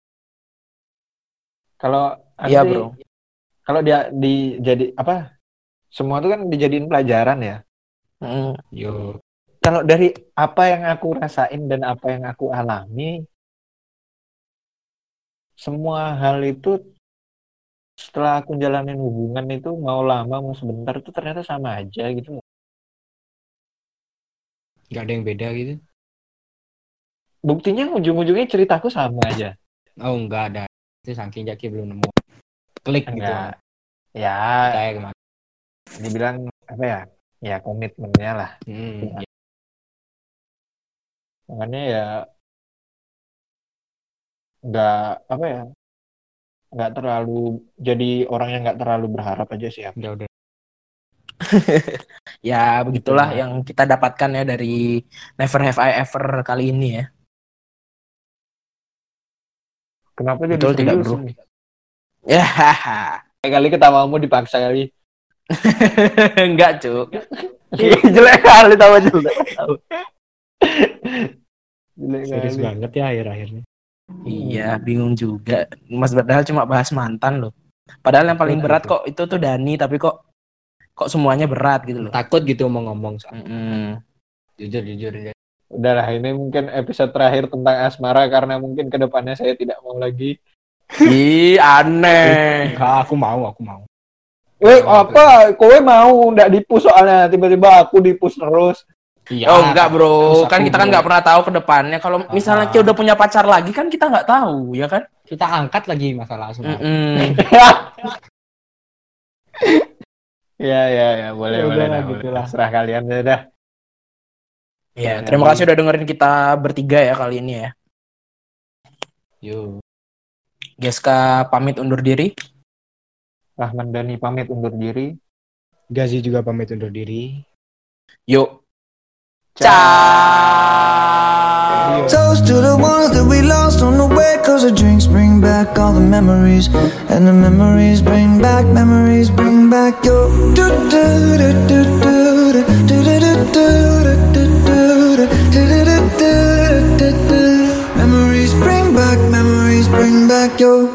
Kalau Iya nanti- bro. Kalau dia dijadi apa? Semua itu kan dijadiin pelajaran ya. Mm. Yo. Kalau dari apa yang aku rasain dan apa yang aku alami, semua hal itu setelah aku jalanin hubungan itu mau lama mau sebentar itu ternyata sama aja gitu. Gak ada yang beda gitu. Buktinya ujung-ujungnya ceritaku sama aja. Oh enggak ada. Itu saking Jaki belum nemu. Klik gitu. Enggak. Ya, Kayak kemana. dibilang apa ya? Ya komitmennya lah. Hmm, ya. Makanya ya nggak apa ya? Nggak terlalu jadi orang yang nggak terlalu berharap aja sih. Udah udah. Ya begitulah Gitu. yang kita dapatkan ya dari Never Have I Ever kali ini ya. Kenapa jadi Betul tidak, serius bro? nih? Ya, Kali ketawamu dipaksa kali. enggak cuk. Jelek kali tawa jelek. Jelek Serius kali. banget ya akhir-akhirnya. Iya, bingung juga. Mas padahal cuma bahas mantan loh. Padahal yang paling Betul, berat betul. kok itu tuh Dani, tapi kok kok semuanya berat gitu loh. Takut gitu mau ngomong. soal- Mm-mm. Jujur jujur. jujur. Udahlah, ini mungkin episode terakhir tentang asmara karena mungkin kedepannya saya tidak mau lagi. Ih, aneh. Enggak, aku mau, aku mau. Weh, apa? Kowe mau ndak dipus soalnya tiba-tiba aku dipus terus. Iya. Oh enggak bro, terus kan aku kita kan bro. nggak pernah tahu ke depannya. Kalau misalnya Ah. kita udah punya pacar lagi kan kita nggak tahu, ya kan? Kita angkat lagi masalah asmara. Mm-mm. Ya, ya, ya, boleh, Ya boleh, udahlah, dah, boleh. gitulah. Serah kalian ya dah. Ya, terima kasih udah dengerin kita bertiga ya kali ini ya. Yo. Geska pamit undur diri. Rahman Dani pamit undur diri. Gazi juga pamit undur diri. Yuk. Ciao. Toast to the ones that we lost on the way, cause the drinks bring back all the memories, and the memories bring back, memories bring back your do do do do do do do do do do do do do. Memories bring back, memories bring back your